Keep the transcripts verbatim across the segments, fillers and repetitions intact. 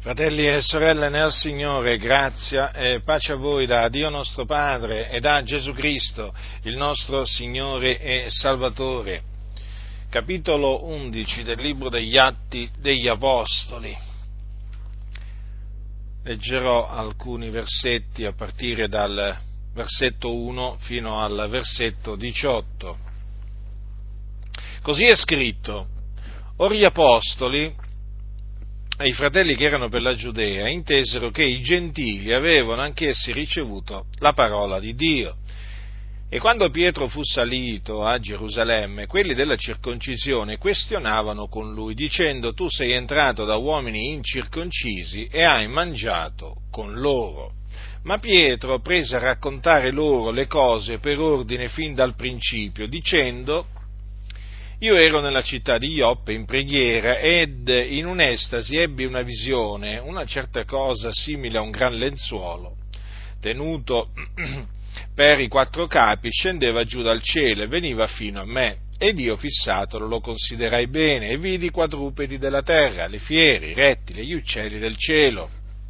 Fratelli e sorelle nel Signore, grazia e pace a voi da Dio nostro Padre e da Gesù Cristo, il nostro Signore e Salvatore. Capitolo undici del libro degli Atti degli Apostoli. Leggerò alcuni versetti a partire dal versetto uno fino al versetto diciotto. Così è scritto: Or gli Apostoli e i fratelli che erano per la Giudea intesero che i gentili avevano anch'essi ricevuto la parola di Dio. E quando Pietro fu salito a Gerusalemme, quelli della circoncisione questionavano con lui, dicendo: tu sei entrato da uomini incirconcisi e hai mangiato con loro. Ma Pietro prese a raccontare loro le cose per ordine fin dal principio, dicendo: Io ero nella città di Ioppe in preghiera ed in un'estasi ebbi una visione, una certa cosa simile a un gran lenzuolo, tenuto per i quattro capi, scendeva giù dal cielo e veniva fino a me. Ed io, fissatolo, lo considerai bene e vidi i quadrupedi della terra, le fiere, i rettili, gli uccelli del cielo.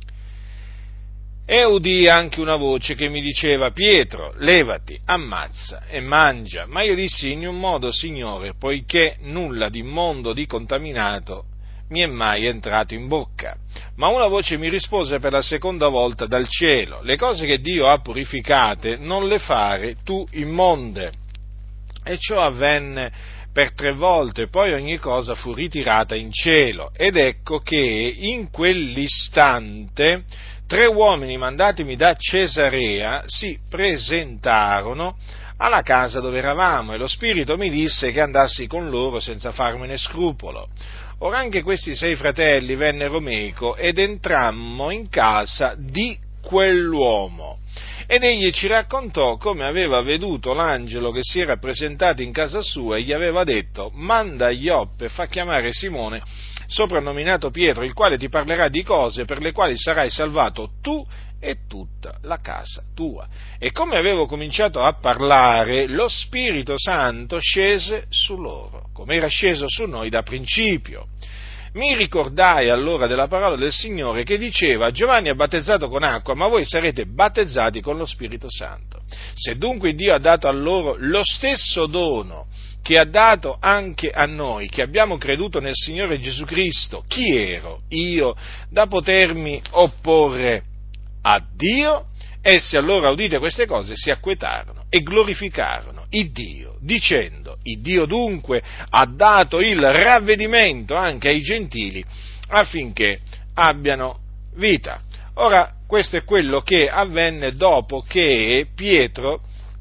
E udii anche una voce che mi diceva: Pietro, levati, ammazza e mangia. Ma io dissi: in un modo, Signore, poiché nulla di immondo, di contaminato mi è mai entrato in bocca. Ma una voce mi rispose per la seconda volta dal cielo: le cose che Dio ha purificate non le fare tu immonde. E ciò avvenne per tre volte, poi ogni cosa fu ritirata in cielo. Ed ecco che in quell'istante tre uomini mandatimi da Cesarea si presentarono alla casa dove eravamo, e lo Spirito mi disse che andassi con loro senza farmene scrupolo. Ora anche questi sei fratelli vennero meco ed entrammo in casa di quell'uomo. Ed egli ci raccontò come aveva veduto l'angelo che si era presentato in casa sua e gli aveva detto: manda a Ioppe e fa chiamare Simone, soprannominato Pietro, il quale ti parlerà di cose per le quali sarai salvato tu e tutta la casa tua. E come avevo cominciato a parlare, lo Spirito Santo scese su loro, come era sceso su noi da principio. Mi ricordai allora della parola del Signore che diceva: Giovanni ha battezzato con acqua, ma voi sarete battezzati con lo Spirito Santo. Se dunque Dio ha dato a loro lo stesso dono che ha dato anche a noi, che abbiamo creduto nel Signore Gesù Cristo, chi ero io da potermi opporre a Dio? Essi allora, udite queste cose, si acquetarono e glorificarono il Dio, dicendo: il Dio dunque ha dato il ravvedimento anche ai gentili affinché abbiano vita. Ora, questo è quello che avvenne dopo che Pietro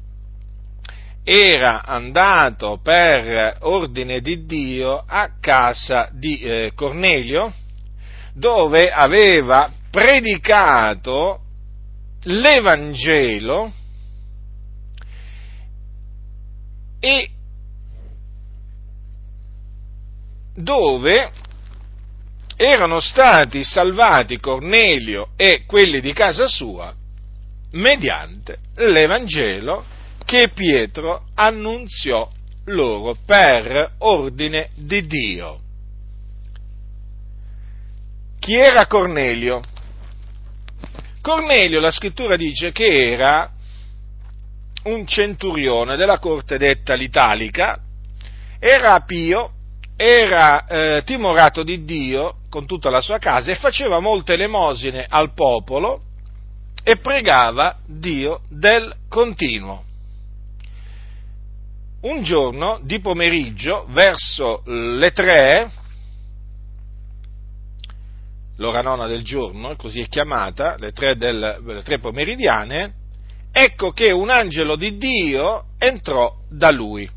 era andato per ordine di Dio a casa di eh, Cornelio, dove aveva predicato l'Evangelo e dove erano stati salvati Cornelio e quelli di casa sua mediante l'Evangelo che Pietro annunziò loro per ordine di Dio. Chi era Cornelio? Cornelio, la scrittura dice che era un centurione della corte detta l'Italica, era pio, era eh, timorato di Dio con tutta la sua casa e faceva molte elemosine al popolo e pregava Dio del continuo. Un giorno di pomeriggio, verso le tre, l'ora nona del giorno, così è chiamata, le tre, del, le tre pomeridiane, ecco che un angelo di Dio entrò da lui.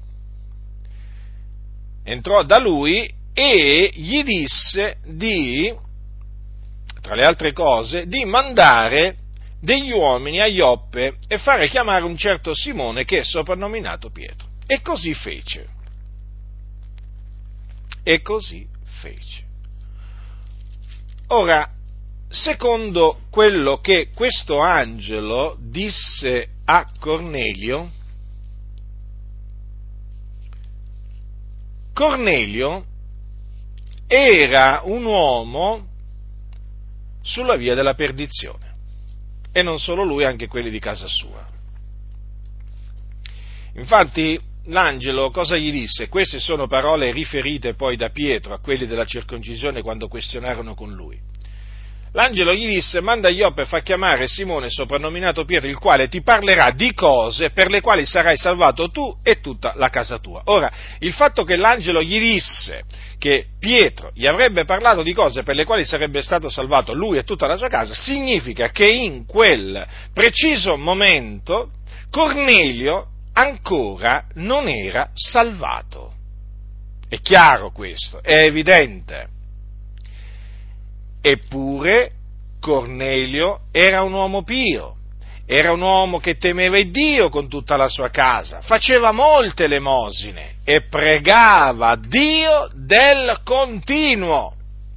Entrò da lui e gli disse di, tra le altre cose, di mandare degli uomini a Ioppe e fare chiamare un certo Simone che è soprannominato Pietro. E così fece. E così fece. Ora, secondo quello che questo angelo disse a Cornelio, Cornelio era un uomo sulla via della perdizione. E non solo lui, anche quelli di casa sua. Infatti l'angelo cosa gli disse? Queste sono parole riferite poi da Pietro a quelli della circoncisione quando questionarono con lui. L'angelo gli disse: manda Ioppe e fa chiamare Simone, soprannominato Pietro, il quale ti parlerà di cose per le quali sarai salvato tu e tutta la casa tua. Ora, il fatto che l'angelo gli disse che Pietro gli avrebbe parlato di cose per le quali sarebbe stato salvato lui e tutta la sua casa, significa che in quel preciso momento Cornelio ancora non era salvato. È chiaro questo, è evidente. Eppure Cornelio era un uomo pio, era un uomo che temeva il Dio con tutta la sua casa, faceva molte elemosine e pregava Dio del continuo,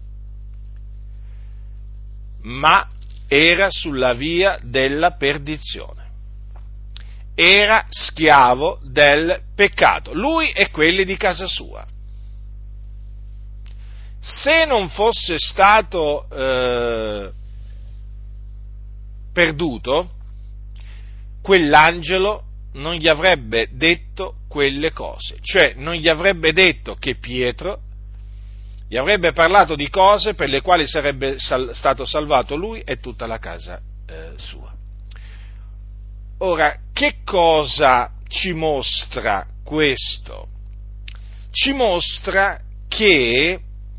ma era sulla via della perdizione, era schiavo del peccato, lui e quelli di casa sua. Se non fosse stato eh, perduto, quell'angelo non gli avrebbe detto quelle cose, cioè non gli avrebbe detto che Pietro gli avrebbe parlato di cose per le quali sarebbe sal- stato salvato lui e tutta la casa eh, sua. Ora, che cosa ci mostra questo? Ci mostra che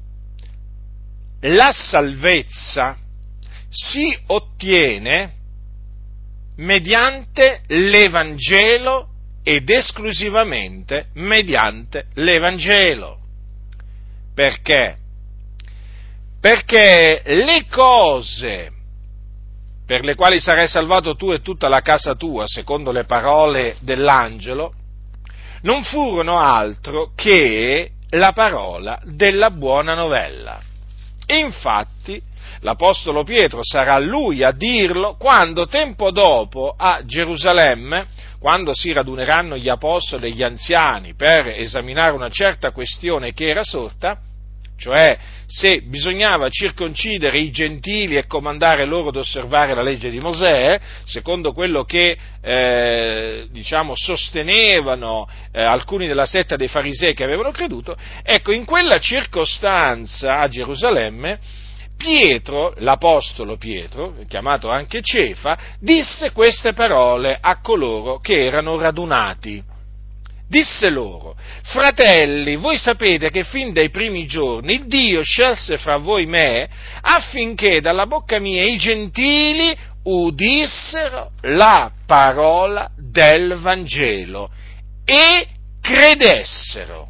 la salvezza si ottiene mediante l'Evangelo ed esclusivamente mediante l'Evangelo. Perché? Perché le cose per le quali sarai salvato tu e tutta la casa tua, secondo le parole dell'angelo, non furono altro che la parola della buona novella. Infatti, l'Apostolo Pietro sarà lui a dirlo quando tempo dopo a Gerusalemme, quando si raduneranno gli apostoli e gli anziani per esaminare una certa questione che era sorta, cioè se bisognava circoncidere i gentili e comandare loro ad osservare la legge di Mosè, secondo quello che eh, diciamo sostenevano eh, alcuni della setta dei farisei che avevano creduto, ecco, in quella circostanza a Gerusalemme Pietro, l'apostolo Pietro, chiamato anche Cefa, disse queste parole a coloro che erano radunati. Disse loro: fratelli, voi sapete che fin dai primi giorni Dio scelse fra voi me affinché dalla bocca mia i gentili udissero la parola del Vangelo e credessero.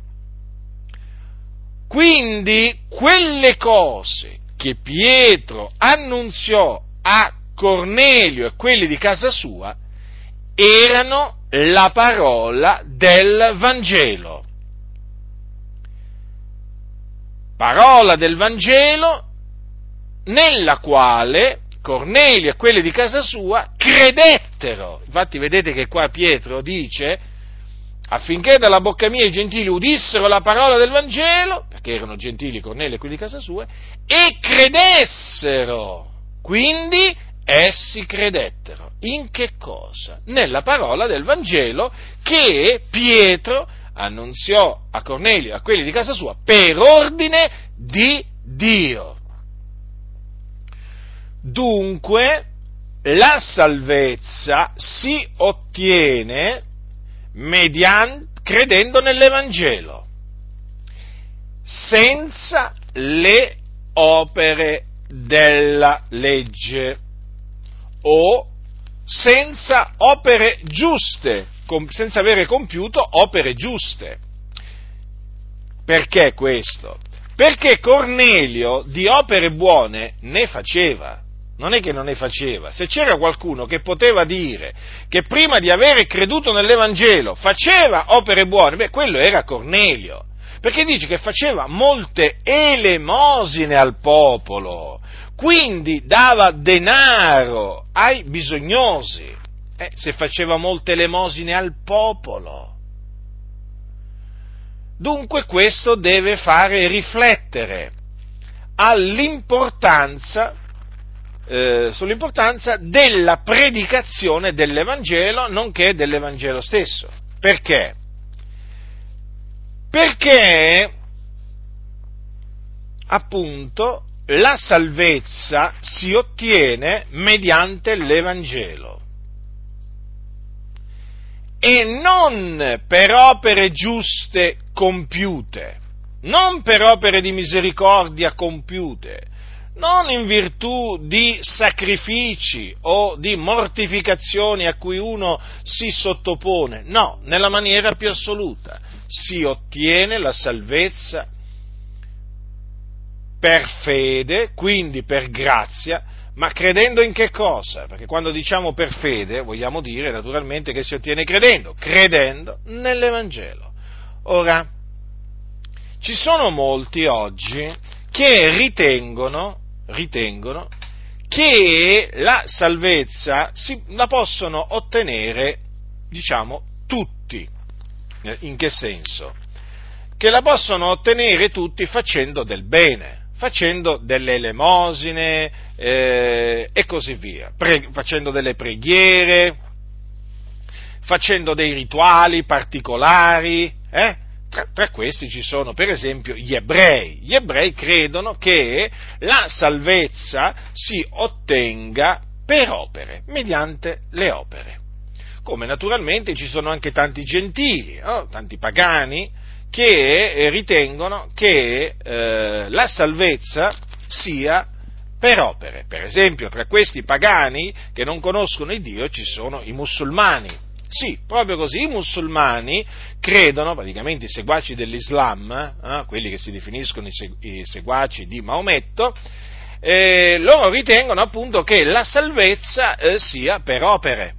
Quindi quelle cose che Pietro annunziò a Cornelio e quelli di casa sua erano la parola del Vangelo. Parola del Vangelo nella quale Cornelio e quelli di casa sua credettero. Infatti vedete che qua Pietro dice: affinché dalla bocca mia i gentili udissero la parola del Vangelo, perché erano gentili Cornelio e quelli di casa sua, e credessero. Quindi essi credettero. In che cosa? Nella parola del Vangelo che Pietro annunziò a Cornelio e a quelli di casa sua per ordine di Dio. Dunque, la salvezza si ottiene mediante, credendo nell'Evangelo, senza le opere della legge o senza opere giuste, senza avere compiuto opere giuste. Perché questo? Perché Cornelio di opere buone ne faceva. Non è che non ne faceva. Se c'era qualcuno che poteva dire che prima di avere creduto nell'Evangelo faceva opere buone, beh, quello era Cornelio. Perché dice che faceva molte elemosine al popolo, quindi dava denaro ai bisognosi, eh, se faceva molte elemosine al popolo. Dunque questo deve fare riflettere all'importanza eh, sull'importanza della predicazione dell'Evangelo, nonché dell'Evangelo stesso. Perché? Perché, appunto, la salvezza si ottiene mediante l'Evangelo e non per opere giuste compiute, non per opere di misericordia compiute, non in virtù di sacrifici o di mortificazioni a cui uno si sottopone, no, nella maniera più assoluta. Si ottiene la salvezza per fede, quindi per grazia, ma credendo in che cosa? Perché quando diciamo per fede vogliamo dire naturalmente che si ottiene credendo, credendo nell'Evangelo. Ora, ci sono molti oggi che ritengono, ritengono che la salvezza si, la possono ottenere, diciamo, tutti. In che senso? Che la possono ottenere tutti facendo del bene, facendo delle elemosine eh, e così via, pre- facendo delle preghiere, facendo dei rituali particolari, eh? Tra, tra questi ci sono per esempio gli ebrei. Gli ebrei credono che la salvezza si ottenga per opere, mediante le opere. Come naturalmente ci sono anche tanti gentili, no? Tanti pagani, che ritengono che eh, la salvezza sia per opere. Per esempio, tra questi pagani che non conoscono il Dio ci sono i musulmani. Sì, proprio così, i musulmani credono, praticamente i seguaci dell'Islam, eh, quelli che si definiscono i, segu- i seguaci di Maometto, eh, loro ritengono appunto che la salvezza eh, sia per opere.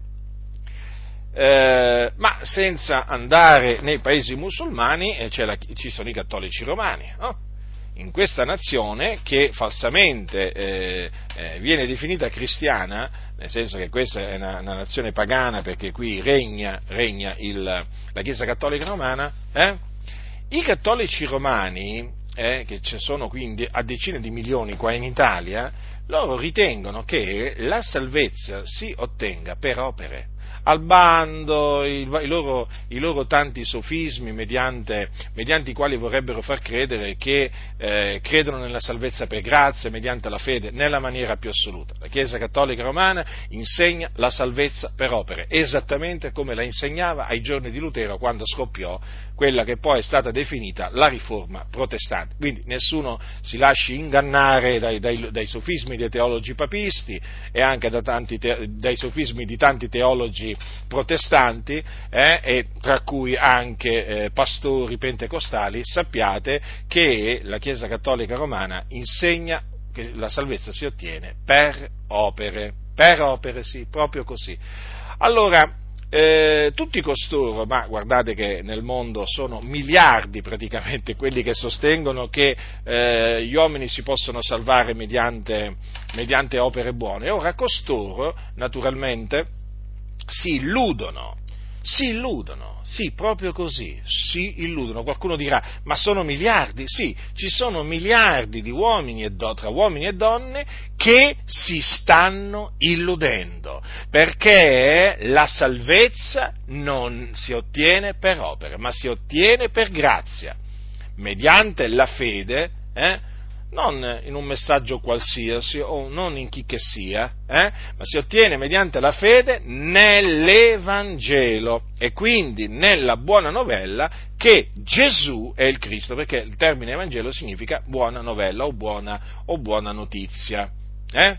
Eh, ma senza andare nei paesi musulmani eh, c'è la, ci sono i cattolici romani, no? In questa nazione che falsamente eh, eh, viene definita cristiana, nel senso che questa è una, una nazione pagana perché qui regna, regna il, la Chiesa Cattolica Romana, eh? I cattolici romani, eh, che ci sono quindi a decine di milioni qua in Italia, loro ritengono che la salvezza si ottenga per opere, al bando, i, i, loro, i loro tanti sofismi mediante, mediante i quali vorrebbero far credere che eh, credono nella salvezza per grazia, mediante la fede, nella maniera più assoluta. La Chiesa Cattolica Romana insegna la salvezza per opere, esattamente come la insegnava ai giorni di Lutero, quando scoppiò quella che poi è stata definita la Riforma Protestante. Quindi nessuno si lasci ingannare dai, dai, dai sofismi dei teologi papisti e anche da tanti te, dai sofismi di tanti teologi protestanti, eh, e tra cui anche eh, pastori pentecostali. Sappiate che la Chiesa Cattolica Romana insegna che la salvezza si ottiene per opere, per opere, sì, proprio così. Allora, Eh, tutti costoro, ma guardate che nel mondo sono miliardi praticamente quelli che sostengono che eh, gli uomini si possono salvare mediante, mediante opere buone. Ora costoro naturalmente si illudono, si illudono, sì, proprio così, si illudono. Qualcuno dirà, ma sono miliardi? Sì, ci sono miliardi di uomini e do, tra uomini e donne che si stanno illudendo, perché la salvezza non si ottiene per opere, ma si ottiene per grazia, mediante la fede, eh? Non in un messaggio qualsiasi o non in chi che sia, eh? Ma si ottiene mediante la fede nell'Evangelo e quindi nella buona novella che Gesù è il Cristo, perché il termine Evangelo significa buona novella o buona, o buona notizia. Eh?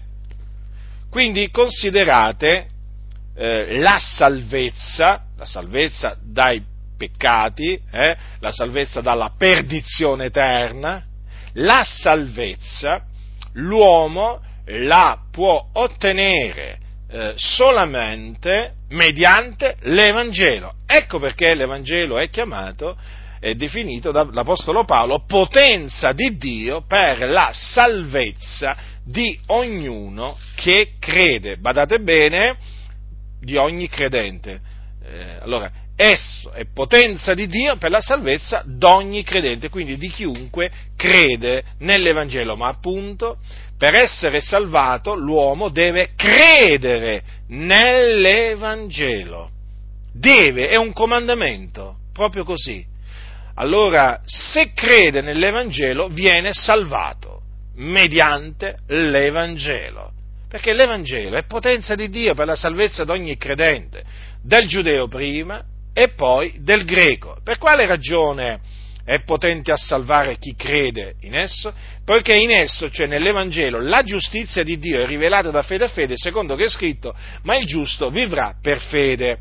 Quindi considerate eh, la salvezza, la salvezza dai peccati, eh? La salvezza dalla perdizione eterna. La salvezza l'uomo la può ottenere eh, solamente mediante l'Evangelo. Ecco perché l'Evangelo è chiamato, è definito dall'Apostolo Paolo potenza di Dio per la salvezza di ognuno che crede. Badate bene, di ogni credente. Eh, allora, esso è potenza di Dio per la salvezza d'ogni credente, quindi di chiunque crede nell'Evangelo, ma appunto per essere salvato l'uomo deve credere nell'Evangelo, deve, è un comandamento, proprio così. Allora, se crede nell'Evangelo viene salvato mediante l'Evangelo, perché l'Evangelo è potenza di Dio per la salvezza d'ogni credente, del giudeo prima e poi del greco. Per quale ragione è potente a salvare chi crede in esso? Poiché in esso, cioè nell'Evangelo, la giustizia di Dio è rivelata da fede a fede, secondo che è scritto: ma il giusto vivrà per fede.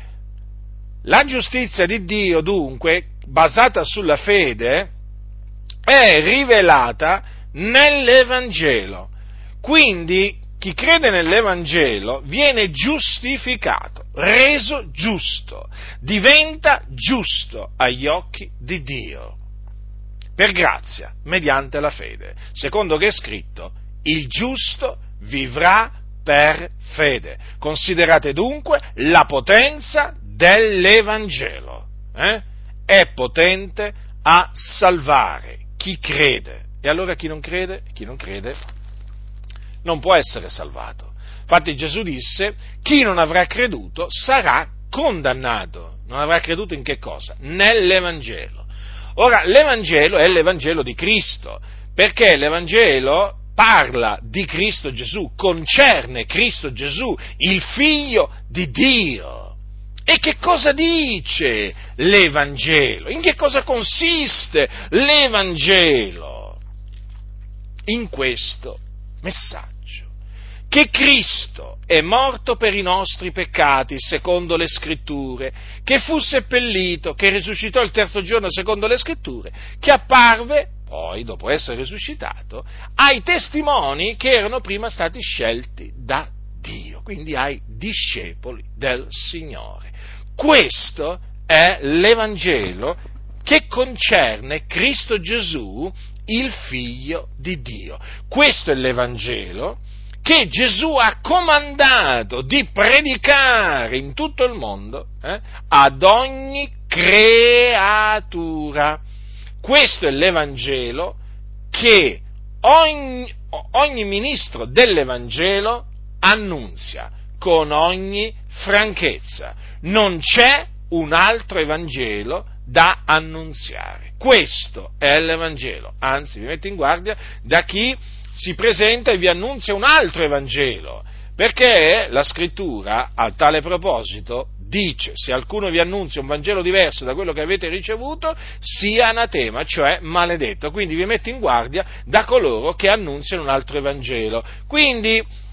La giustizia di Dio, dunque, basata sulla fede, è rivelata nell'Evangelo. Quindi chi crede nell'Evangelo viene giustificato, reso giusto, diventa giusto agli occhi di Dio, per grazia, mediante la fede, secondo che è scritto: il giusto vivrà per fede. Considerate dunque la potenza dell'Evangelo, eh? È potente a salvare chi crede. E allora chi non crede? Chi non crede non può essere salvato. Infatti Gesù disse: chi non avrà creduto sarà condannato. Non avrà creduto in che cosa? Nell'Evangelo. Ora, l'Evangelo è l'Evangelo di Cristo, perché l'Evangelo parla di Cristo Gesù, concerne Cristo Gesù, il Figlio di Dio. E che cosa dice l'Evangelo? In che cosa consiste l'Evangelo? In questo messaggio: che Cristo è morto per i nostri peccati, secondo le Scritture, che fu seppellito, che risuscitò il terzo giorno, secondo le Scritture, che apparve, poi, dopo essere risuscitato, ai testimoni che erano prima stati scelti da Dio, quindi ai discepoli del Signore. Questo è l'Evangelo che concerne Cristo Gesù, il Figlio di Dio. Questo è l'Evangelo che Gesù ha comandato di predicare in tutto il mondo eh, ad ogni creatura. Questo è l'Evangelo che ogni, ogni ministro dell'Evangelo annunzia con ogni franchezza. Non c'è un altro Evangelo da annunziare. Questo è l'Evangelo. Anzi, vi metto in guardia da chi si presenta e vi annunzia un altro Evangelo, perché la Scrittura, a tale proposito, dice: se qualcuno vi annunzia un Vangelo diverso da quello che avete ricevuto, sia anatema, cioè maledetto. Quindi vi metto in guardia da coloro che annunziano un altro Evangelo. Quindi,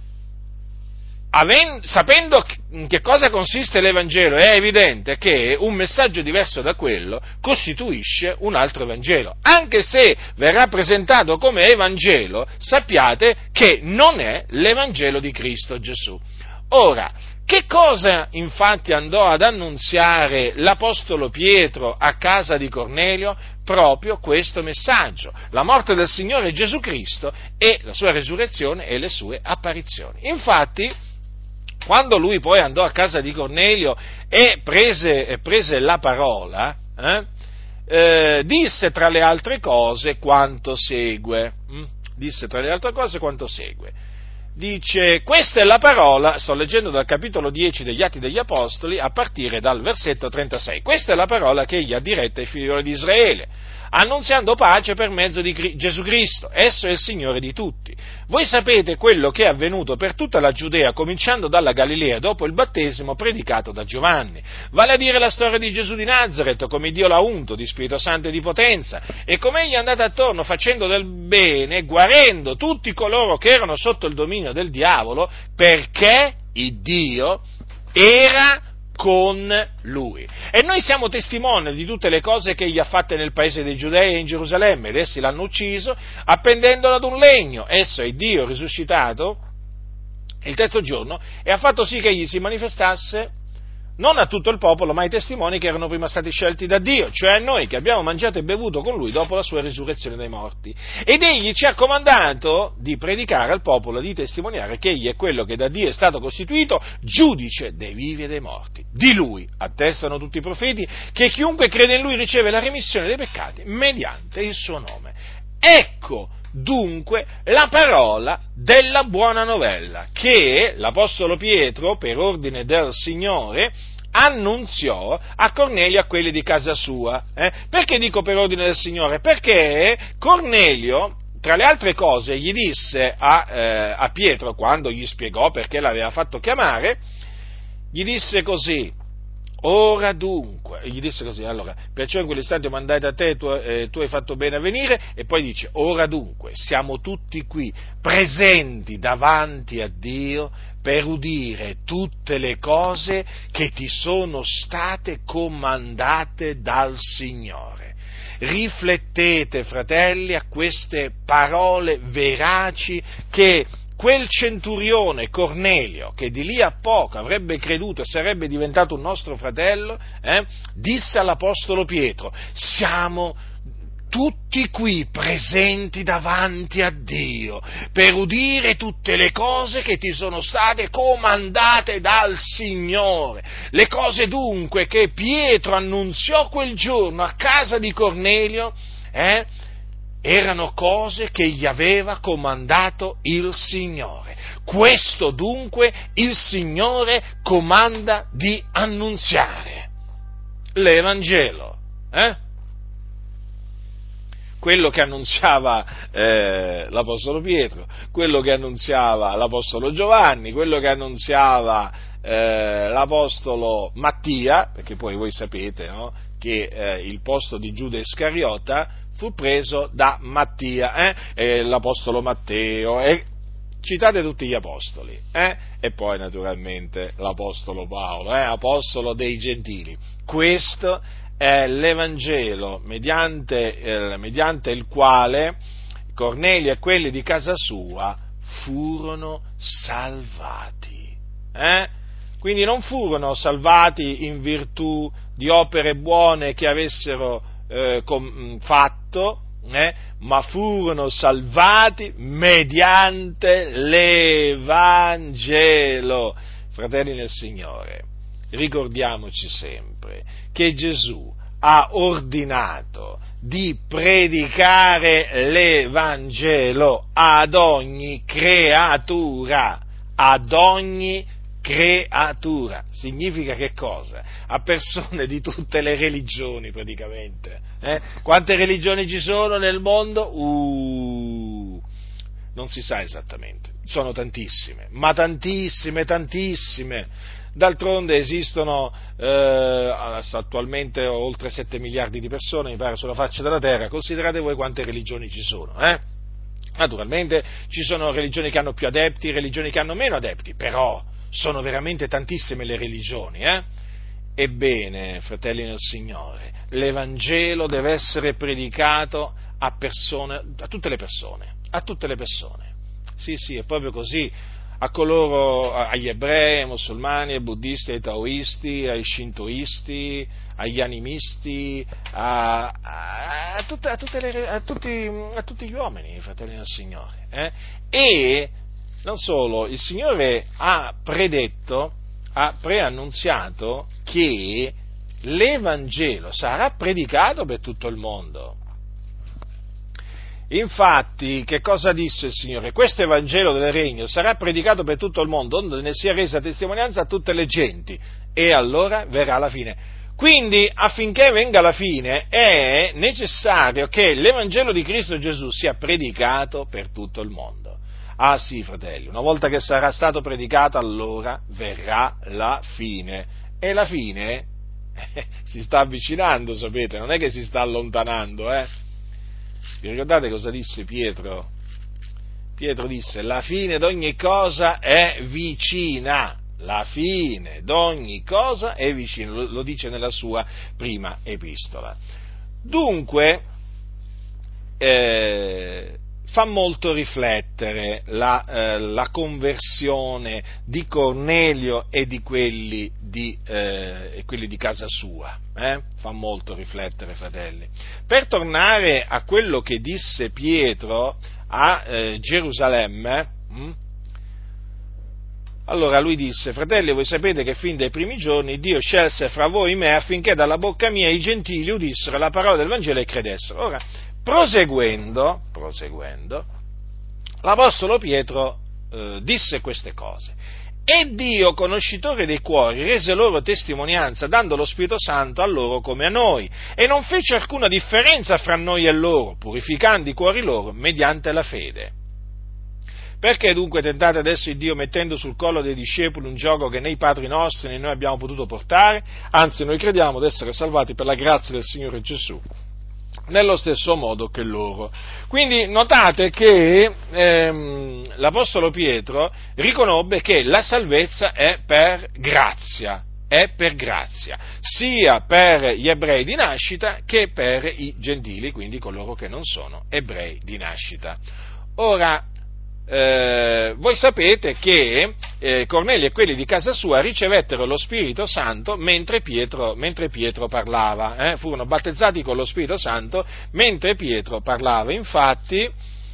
Aven, sapendo in che cosa consiste l'Evangelo, è evidente che un messaggio diverso da quello costituisce un altro Evangelo. Anche se verrà presentato come Evangelo, sappiate che non è l'Evangelo di Cristo Gesù. Ora, che cosa infatti andò ad annunziare l'Apostolo Pietro a casa di Cornelio? Proprio questo messaggio: la morte del Signore Gesù Cristo e la sua resurrezione e le sue apparizioni. Infatti, quando lui poi andò a casa di Cornelio e prese, prese la parola, eh, eh, disse tra le altre cose quanto segue. Hm? Disse tra le altre cose quanto segue. Dice: questa è la parola, sto leggendo dal capitolo dieci degli Atti degli Apostoli, a partire dal versetto trentasei. Questa è la parola che egli ha diretta ai figlioli di Israele, annunziando pace per mezzo di Gesù Cristo. Esso è il Signore di tutti. Voi sapete quello che è avvenuto per tutta la Giudea, cominciando dalla Galilea, dopo il battesimo predicato da Giovanni, vale a dire la storia di Gesù di Nazaret, come Dio l'ha unto di Spirito Santo e di potenza, e come egli è andato attorno facendo del bene, guarendo tutti coloro che erano sotto il dominio del diavolo, perché il Dio era con lui. E noi siamo testimoni di tutte le cose che egli ha fatte nel paese dei Giudei e in Gerusalemme, ed essi l'hanno ucciso appendendolo ad un legno. Esso è Dio risuscitato il terzo giorno e ha fatto sì che egli si manifestasse non a tutto il popolo, ma ai testimoni che erano prima stati scelti da Dio, cioè a noi che abbiamo mangiato e bevuto con lui dopo la sua risurrezione dai morti. Ed egli ci ha comandato di predicare al popolo, di testimoniare che egli è quello che da Dio è stato costituito giudice dei vivi e dei morti. Di lui attestano tutti i profeti che chiunque crede in lui riceve la remissione dei peccati mediante il suo nome. Ecco dunque la parola della buona novella che l'Apostolo Pietro, per ordine del Signore, annunziò a Cornelio e a quelli di casa sua. Eh? Perché dico per ordine del Signore? Perché Cornelio, tra le altre cose, gli disse a, eh, a Pietro, quando gli spiegò perché l'aveva fatto chiamare, gli disse così: ora dunque, gli disse così, allora, perciò in quell'istante ho mandato a te, tu, eh, tu hai fatto bene a venire, e poi dice, ora dunque, siamo tutti qui, presenti davanti a Dio, per udire tutte le cose che ti sono state comandate dal Signore. Riflettete, fratelli, a queste parole veraci che quel centurione Cornelio, che di lì a poco avrebbe creduto e sarebbe diventato un nostro fratello, eh, disse all'Apostolo Pietro: siamo tutti qui presenti davanti a Dio per udire tutte le cose che ti sono state comandate dal Signore. Le cose dunque che Pietro annunziò quel giorno a casa di Cornelio, eh, erano cose che gli aveva comandato il Signore. Questo dunque il Signore comanda di annunziare. L'Evangelo, eh? Quello che annunziava eh, l'Apostolo Pietro, quello che annunziava l'Apostolo Giovanni, quello che annunziava eh, l'Apostolo Mattia, perché poi voi sapete, no, che eh, il posto di Giuda Iscariota fu preso da Mattia, eh? E l'Apostolo Matteo, e citate tutti gli Apostoli, eh? E poi naturalmente l'Apostolo Paolo, eh? Apostolo dei Gentili. Questo è l'Evangelo mediante, eh, mediante il quale Cornelio e quelli di casa sua furono salvati. Eh? Quindi non furono salvati in virtù di opere buone che avessero eh, com, fatto, eh? ma furono salvati mediante l'Evangelo. Fratelli nel Signore, ricordiamoci sempre che Gesù ha ordinato di predicare l'Evangelo ad ogni creatura, ad ogni creatura. Significa che cosa? A persone di tutte le religioni praticamente. Eh? Quante religioni ci sono nel mondo? Uh, non si sa esattamente, sono tantissime, ma tantissime, tantissime. D'altronde esistono eh, attualmente oltre sette miliardi di persone, mi pare, sulla faccia della terra. Considerate voi quante religioni ci sono, eh? Naturalmente ci sono religioni che hanno più adepti, religioni che hanno meno adepti, però sono veramente tantissime le religioni, eh? Ebbene, fratelli nel Signore, l'Evangelo deve essere predicato a persone, a tutte le persone, a tutte le persone. Sì, sì, è proprio così. A coloro, agli ebrei, ai musulmani, ai buddisti, ai taoisti, ai shintoisti, agli animisti, a, a, a, tutte, a, tutte le, a, tutti, a tutti gli uomini, fratelli del Signore. Eh? E non solo, il Signore ha predetto, ha preannunziato che l'Evangelo sarà predicato per tutto il mondo. Infatti, che cosa disse il Signore? Questo Evangelo del Regno sarà predicato per tutto il mondo, onde ne sia resa testimonianza a tutte le genti, e allora verrà la fine. Quindi, affinché venga la fine, è necessario che l'Evangelo di Cristo Gesù sia predicato per tutto il mondo. Ah sì, fratelli, una volta che sarà stato predicato, allora verrà la fine. E la fine eh, si sta avvicinando, sapete, non è che si sta allontanando, eh? Vi ricordate cosa disse Pietro? Pietro disse: la fine d'ogni cosa è vicina, la fine d'ogni cosa è vicina, lo, lo dice nella sua prima epistola. Dunque, eh, fa molto riflettere la, eh, la conversione di Cornelio e di quelli di, eh, e quelli di casa sua, eh? Fa molto riflettere, fratelli. Per tornare a quello che disse Pietro a eh, Gerusalemme, hm? Allora lui disse: fratelli, voi sapete che fin dai primi giorni Dio scelse fra voi me affinché dalla bocca mia i gentili udissero la parola del Vangelo e credessero. Ora, proseguendo, proseguendo, l'Apostolo Pietro eh, disse queste cose. E Dio, conoscitore dei cuori, rese loro testimonianza, dando lo Spirito Santo a loro come a noi, e non fece alcuna differenza fra noi e loro, purificando i cuori loro mediante la fede. Perché dunque tentate adesso il Dio mettendo sul collo dei discepoli un gioco che né i padri nostri né noi abbiamo potuto portare? Anzi, noi crediamo di essere salvati per la grazia del Signore Gesù, nello stesso modo che loro. Quindi notate che ehm, l'Apostolo Pietro riconobbe che la salvezza è per grazia, è per grazia, sia per gli ebrei di nascita che per i gentili, quindi coloro che non sono ebrei di nascita. Ora, Eh, voi sapete che eh, Cornelio e quelli di casa sua ricevettero lo Spirito Santo mentre Pietro, mentre Pietro parlava, eh? furono battezzati con lo Spirito Santo mentre Pietro parlava. Infatti,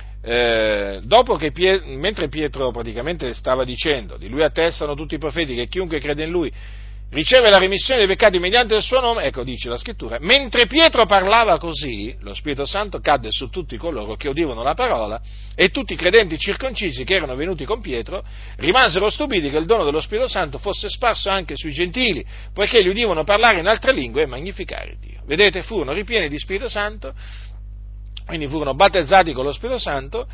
eh, dopo che Pietro, mentre Pietro praticamente stava dicendo: di lui attestano tutti i profeti che chiunque crede in lui riceve la remissione dei peccati mediante il suo nome, ecco, dice la scrittura, mentre Pietro parlava così, lo Spirito Santo cadde su tutti coloro che udivano la parola, e tutti i credenti circoncisi che erano venuti con Pietro rimasero stupiti che il dono dello Spirito Santo fosse sparso anche sui gentili, poiché li udivano parlare in altre lingue e magnificare Dio. Vedete, furono ripieni di Spirito Santo, quindi furono battezzati con lo Spirito Santo,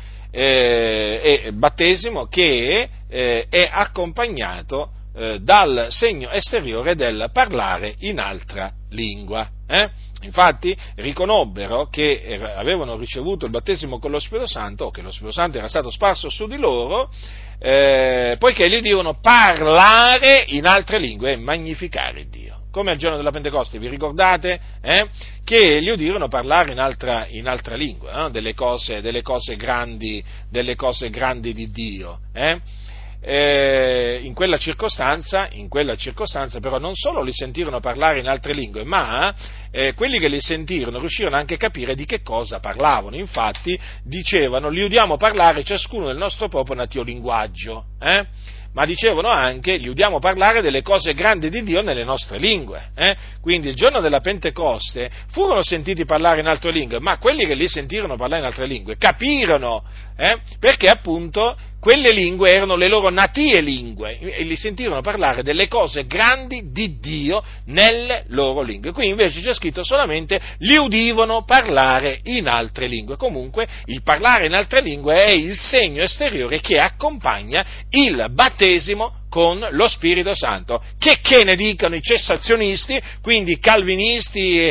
eh, e battesimo che eh, è accompagnato dal segno esteriore del parlare in altra lingua. Eh? Infatti riconobbero che avevano ricevuto il battesimo con lo Spirito Santo, o che lo Spirito Santo era stato sparso su di loro, eh, poiché gli udivano parlare in altre lingue e magnificare Dio. Come al giorno della Pentecoste, vi ricordate? Eh? Che gli udirono parlare in altra, in altra lingua, no? delle cose, delle cose grandi, delle cose grandi di Dio. Eh? Eh, in quella circostanza, in quella circostanza però non solo li sentirono parlare in altre lingue, ma eh, quelli che li sentirono riuscirono anche a capire di che cosa parlavano. Infatti dicevano: li udiamo parlare ciascuno del nostro proprio natio linguaggio, eh? ma dicevano anche: li udiamo parlare delle cose grandi di Dio nelle nostre lingue. Eh? Quindi il giorno della Pentecoste furono sentiti parlare in altre lingue, ma quelli che li sentirono parlare in altre lingue capirono, eh? perché appunto quelle lingue erano le loro natie lingue, e li sentirono parlare delle cose grandi di Dio nelle loro lingue. Qui invece c'è scritto solamente: li udivano parlare in altre lingue. Comunque il parlare in altre lingue è il segno esteriore che accompagna il battesimo con lo Spirito Santo. Che, che ne dicano i cessazionisti, quindi calvinisti,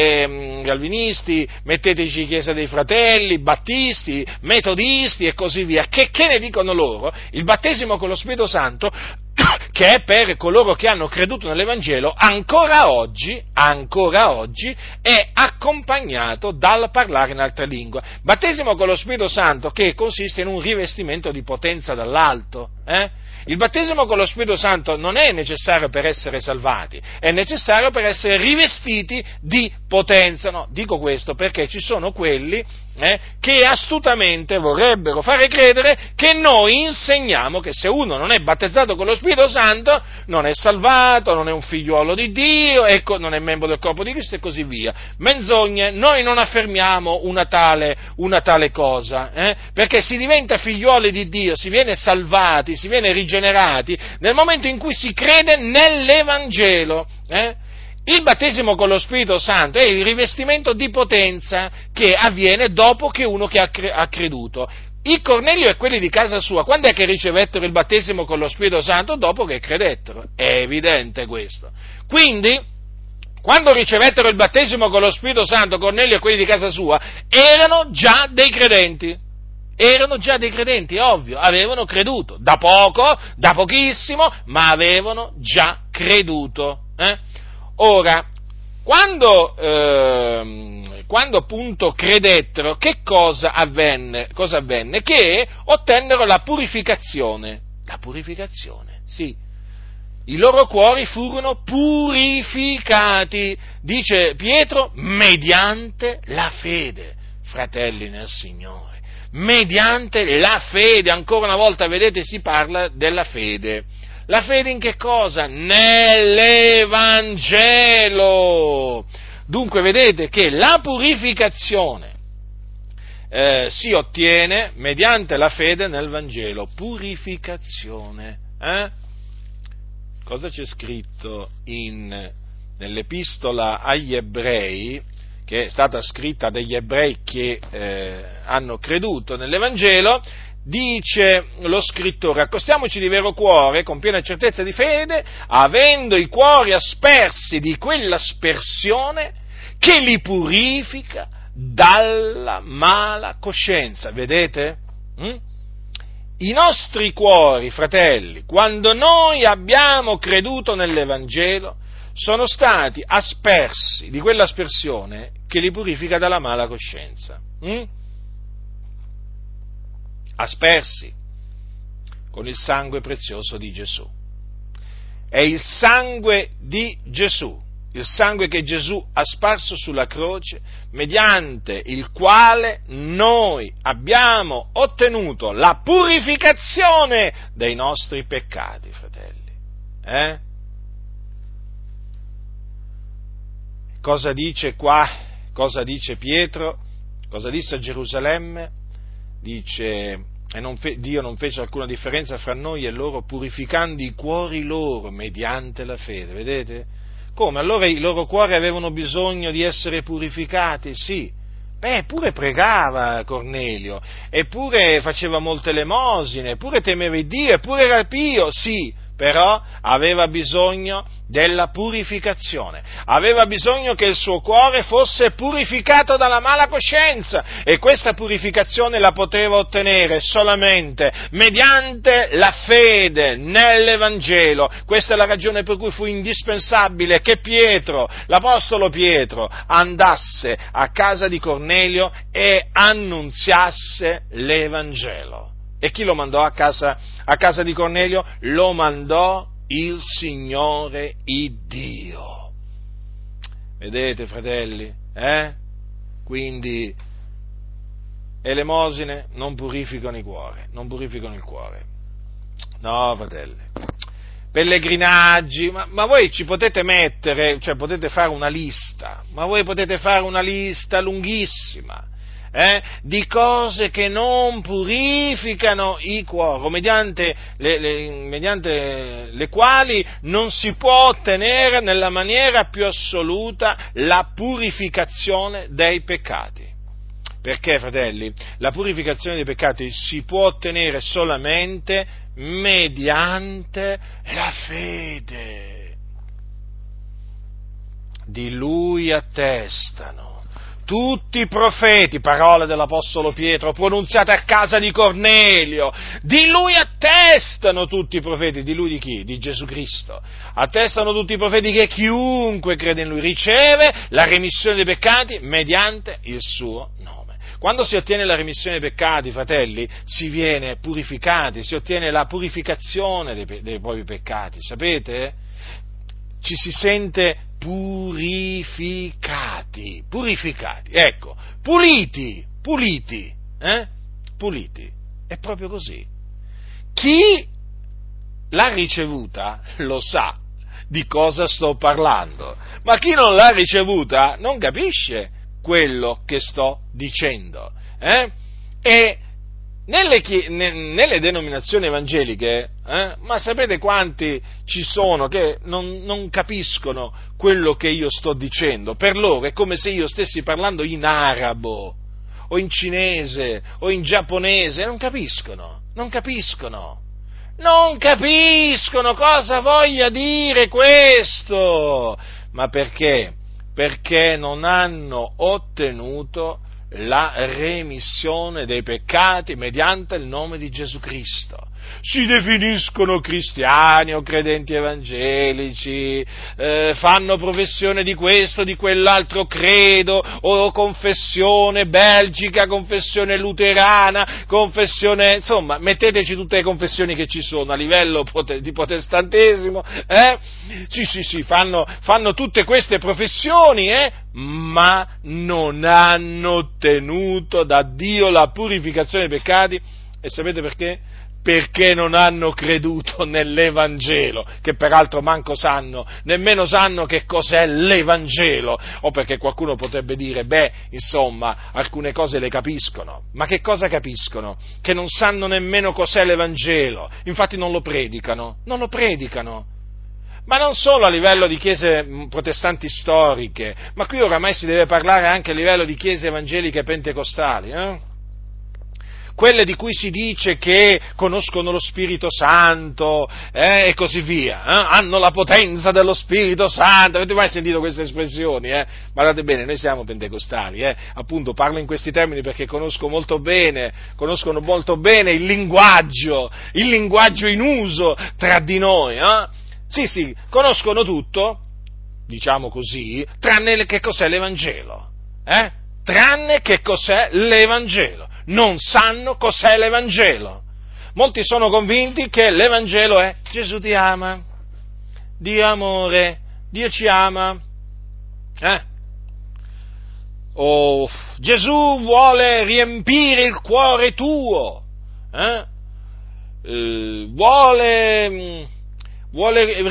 eh, calvinisti, metteteci Chiesa dei Fratelli, battisti, metodisti e così via, che, che ne dicono loro? Il battesimo con lo Spirito Santo, che è per coloro che hanno creduto nell'Evangelo, ancora oggi, ancora oggi, è accompagnato dal parlare in altre lingue. Battesimo con lo Spirito Santo che consiste in un rivestimento di potenza dall'alto, eh? Il battesimo con lo Spirito Santo non è necessario per essere salvati, è necessario per essere rivestiti di potenza. No, dico questo perché ci sono quelli eh, che astutamente vorrebbero fare credere che noi insegniamo che se uno non è battezzato con lo Spirito Santo non è salvato, non è un figliuolo di Dio, ecco, non è membro del corpo di Cristo e così via. Menzogne, noi non affermiamo una tale, una tale cosa, eh, perché si diventa figliuoli di Dio, si viene salvati, si viene rigenerati nel momento in cui si crede nell'Evangelo. Eh? Il battesimo con lo Spirito Santo è il rivestimento di potenza che avviene dopo che uno che ha, cre- ha creduto. Il Cornelio e quelli di casa sua, quando è che ricevettero il battesimo con lo Spirito Santo? Dopo che credettero. È evidente questo. Quindi, quando ricevettero il battesimo con lo Spirito Santo, Cornelio e quelli di casa sua erano già dei credenti. Erano già dei credenti, ovvio, avevano creduto. Da poco, da pochissimo, ma avevano già creduto. Eh? Ora, quando, eh, quando appunto credettero, che cosa avvenne? Cosa avvenne? Che ottennero la purificazione. La purificazione, sì. I loro cuori furono purificati, dice Pietro, mediante la fede, fratelli nel Signore. Mediante la fede, ancora una volta, vedete, si parla della fede. La fede in che cosa? Nell'Evangelo. Dunque vedete che la purificazione eh, si ottiene mediante la fede nel Vangelo. Purificazione. Eh? Cosa c'è scritto in, nell'epistola agli Ebrei, che è stata scritta dagli ebrei che eh, hanno creduto nell'Evangelo? Dice lo scrittore: accostiamoci di vero cuore, con piena certezza di fede, avendo i cuori aspersi di quell'aspersione che li purifica dalla mala coscienza. Vedete? Mm? I nostri cuori, fratelli, quando noi abbiamo creduto nell'Evangelo, sono stati aspersi di quell'aspersione che li purifica dalla mala coscienza. Mm? Aspersi con il sangue prezioso di Gesù. È il sangue di Gesù, il sangue che Gesù ha sparso sulla croce, mediante il quale noi abbiamo ottenuto la purificazione dei nostri peccati, fratelli. Eh? Cosa dice qua? Cosa dice Pietro? Cosa disse a Gerusalemme? Dice: e non fe- Dio non fece alcuna differenza fra noi e loro, purificando i cuori loro mediante la fede. Vedete? Come? Allora i loro cuori avevano bisogno di essere purificati? Sì. Beh, eppure pregava Cornelio, eppure faceva molte elemosine, eppure temeva Dio, eppure era pio, sì, però aveva bisogno della purificazione, aveva bisogno che il suo cuore fosse purificato dalla mala coscienza, e questa purificazione la poteva ottenere solamente mediante la fede nell'Evangelo. Questa è la ragione per cui fu indispensabile che Pietro, l'apostolo Pietro, andasse a casa di Cornelio e annunziasse l'Evangelo. E chi lo mandò a casa, a casa di Cornelio? Lo mandò il Signore Iddio. Vedete, fratelli? Eh? Quindi elemosine non purificano il cuore, non purificano il cuore. No, fratelli. Pellegrinaggi, ma, ma voi ci potete mettere, cioè potete fare una lista, ma voi potete fare una lista lunghissima. Eh, di cose che non purificano il cuore, mediante le, le, mediante le quali non si può ottenere nella maniera più assoluta la purificazione dei peccati. Perché, fratelli, la purificazione dei peccati si può ottenere solamente mediante la fede. Di lui attestano tutti i profeti, parole dell'Apostolo Pietro, pronunziate a casa di Cornelio, di lui attestano tutti i profeti, di lui di chi? Di Gesù Cristo. Attestano tutti i profeti che chiunque crede in lui riceve la remissione dei peccati mediante il suo nome. Quando si ottiene la remissione dei peccati, fratelli, si viene purificati, si ottiene la purificazione dei, dei propri peccati, sapete? Ci si sente purificati, purificati, ecco, puliti, puliti, eh? Puliti, è proprio così. Chi l'ha ricevuta lo sa di cosa sto parlando, ma chi non l'ha ricevuta non capisce quello che sto dicendo, eh? E Nelle, nelle denominazioni evangeliche, eh, ma sapete quanti ci sono che non, non capiscono quello che io sto dicendo? Per loro è come se io stessi parlando in arabo, o in cinese, o in giapponese, non capiscono, non capiscono, non capiscono cosa voglia dire questo, ma perché? Perché non hanno ottenuto la remissione dei peccati mediante il nome di Gesù Cristo. Si definiscono cristiani o credenti evangelici, eh, fanno professione di questo, di quell'altro credo, o confessione belgica, confessione luterana, confessione, insomma, metteteci tutte le confessioni che ci sono a livello di protestantesimo, eh? Sì, sì, sì, fanno, fanno tutte queste professioni, eh? Ma non hanno ottenuto da Dio la purificazione dei peccati. E sapete perché? Perché non hanno creduto nell'Evangelo, che peraltro manco sanno, nemmeno sanno che cos'è l'Evangelo, o perché qualcuno potrebbe dire, beh, insomma, alcune cose le capiscono, ma che cosa capiscono? Che non sanno nemmeno cos'è l'Evangelo, infatti non lo predicano, non lo predicano. Ma non solo a livello di chiese protestanti storiche, ma qui oramai si deve parlare anche a livello di chiese evangeliche pentecostali, eh? Quelle di cui si dice che conoscono lo Spirito Santo eh, e così via, eh? Hanno la potenza dello Spirito Santo. Avete mai sentito queste espressioni? Eh? Guardate bene, noi siamo pentecostali, eh? Appunto parlo in questi termini perché conosco molto bene, conoscono molto bene il linguaggio, il linguaggio in uso tra di noi, eh? Sì, sì, conoscono tutto, diciamo così, tranne che cos'è l'Evangelo, eh? Tranne che cos'è l'Evangelo. Non sanno cos'è l'Evangelo. Molti sono convinti che l'Evangelo è Gesù ti ama, Dio amore, Dio ci ama, eh? O Gesù vuole riempire il cuore tuo, eh? Eh, vuole, vuole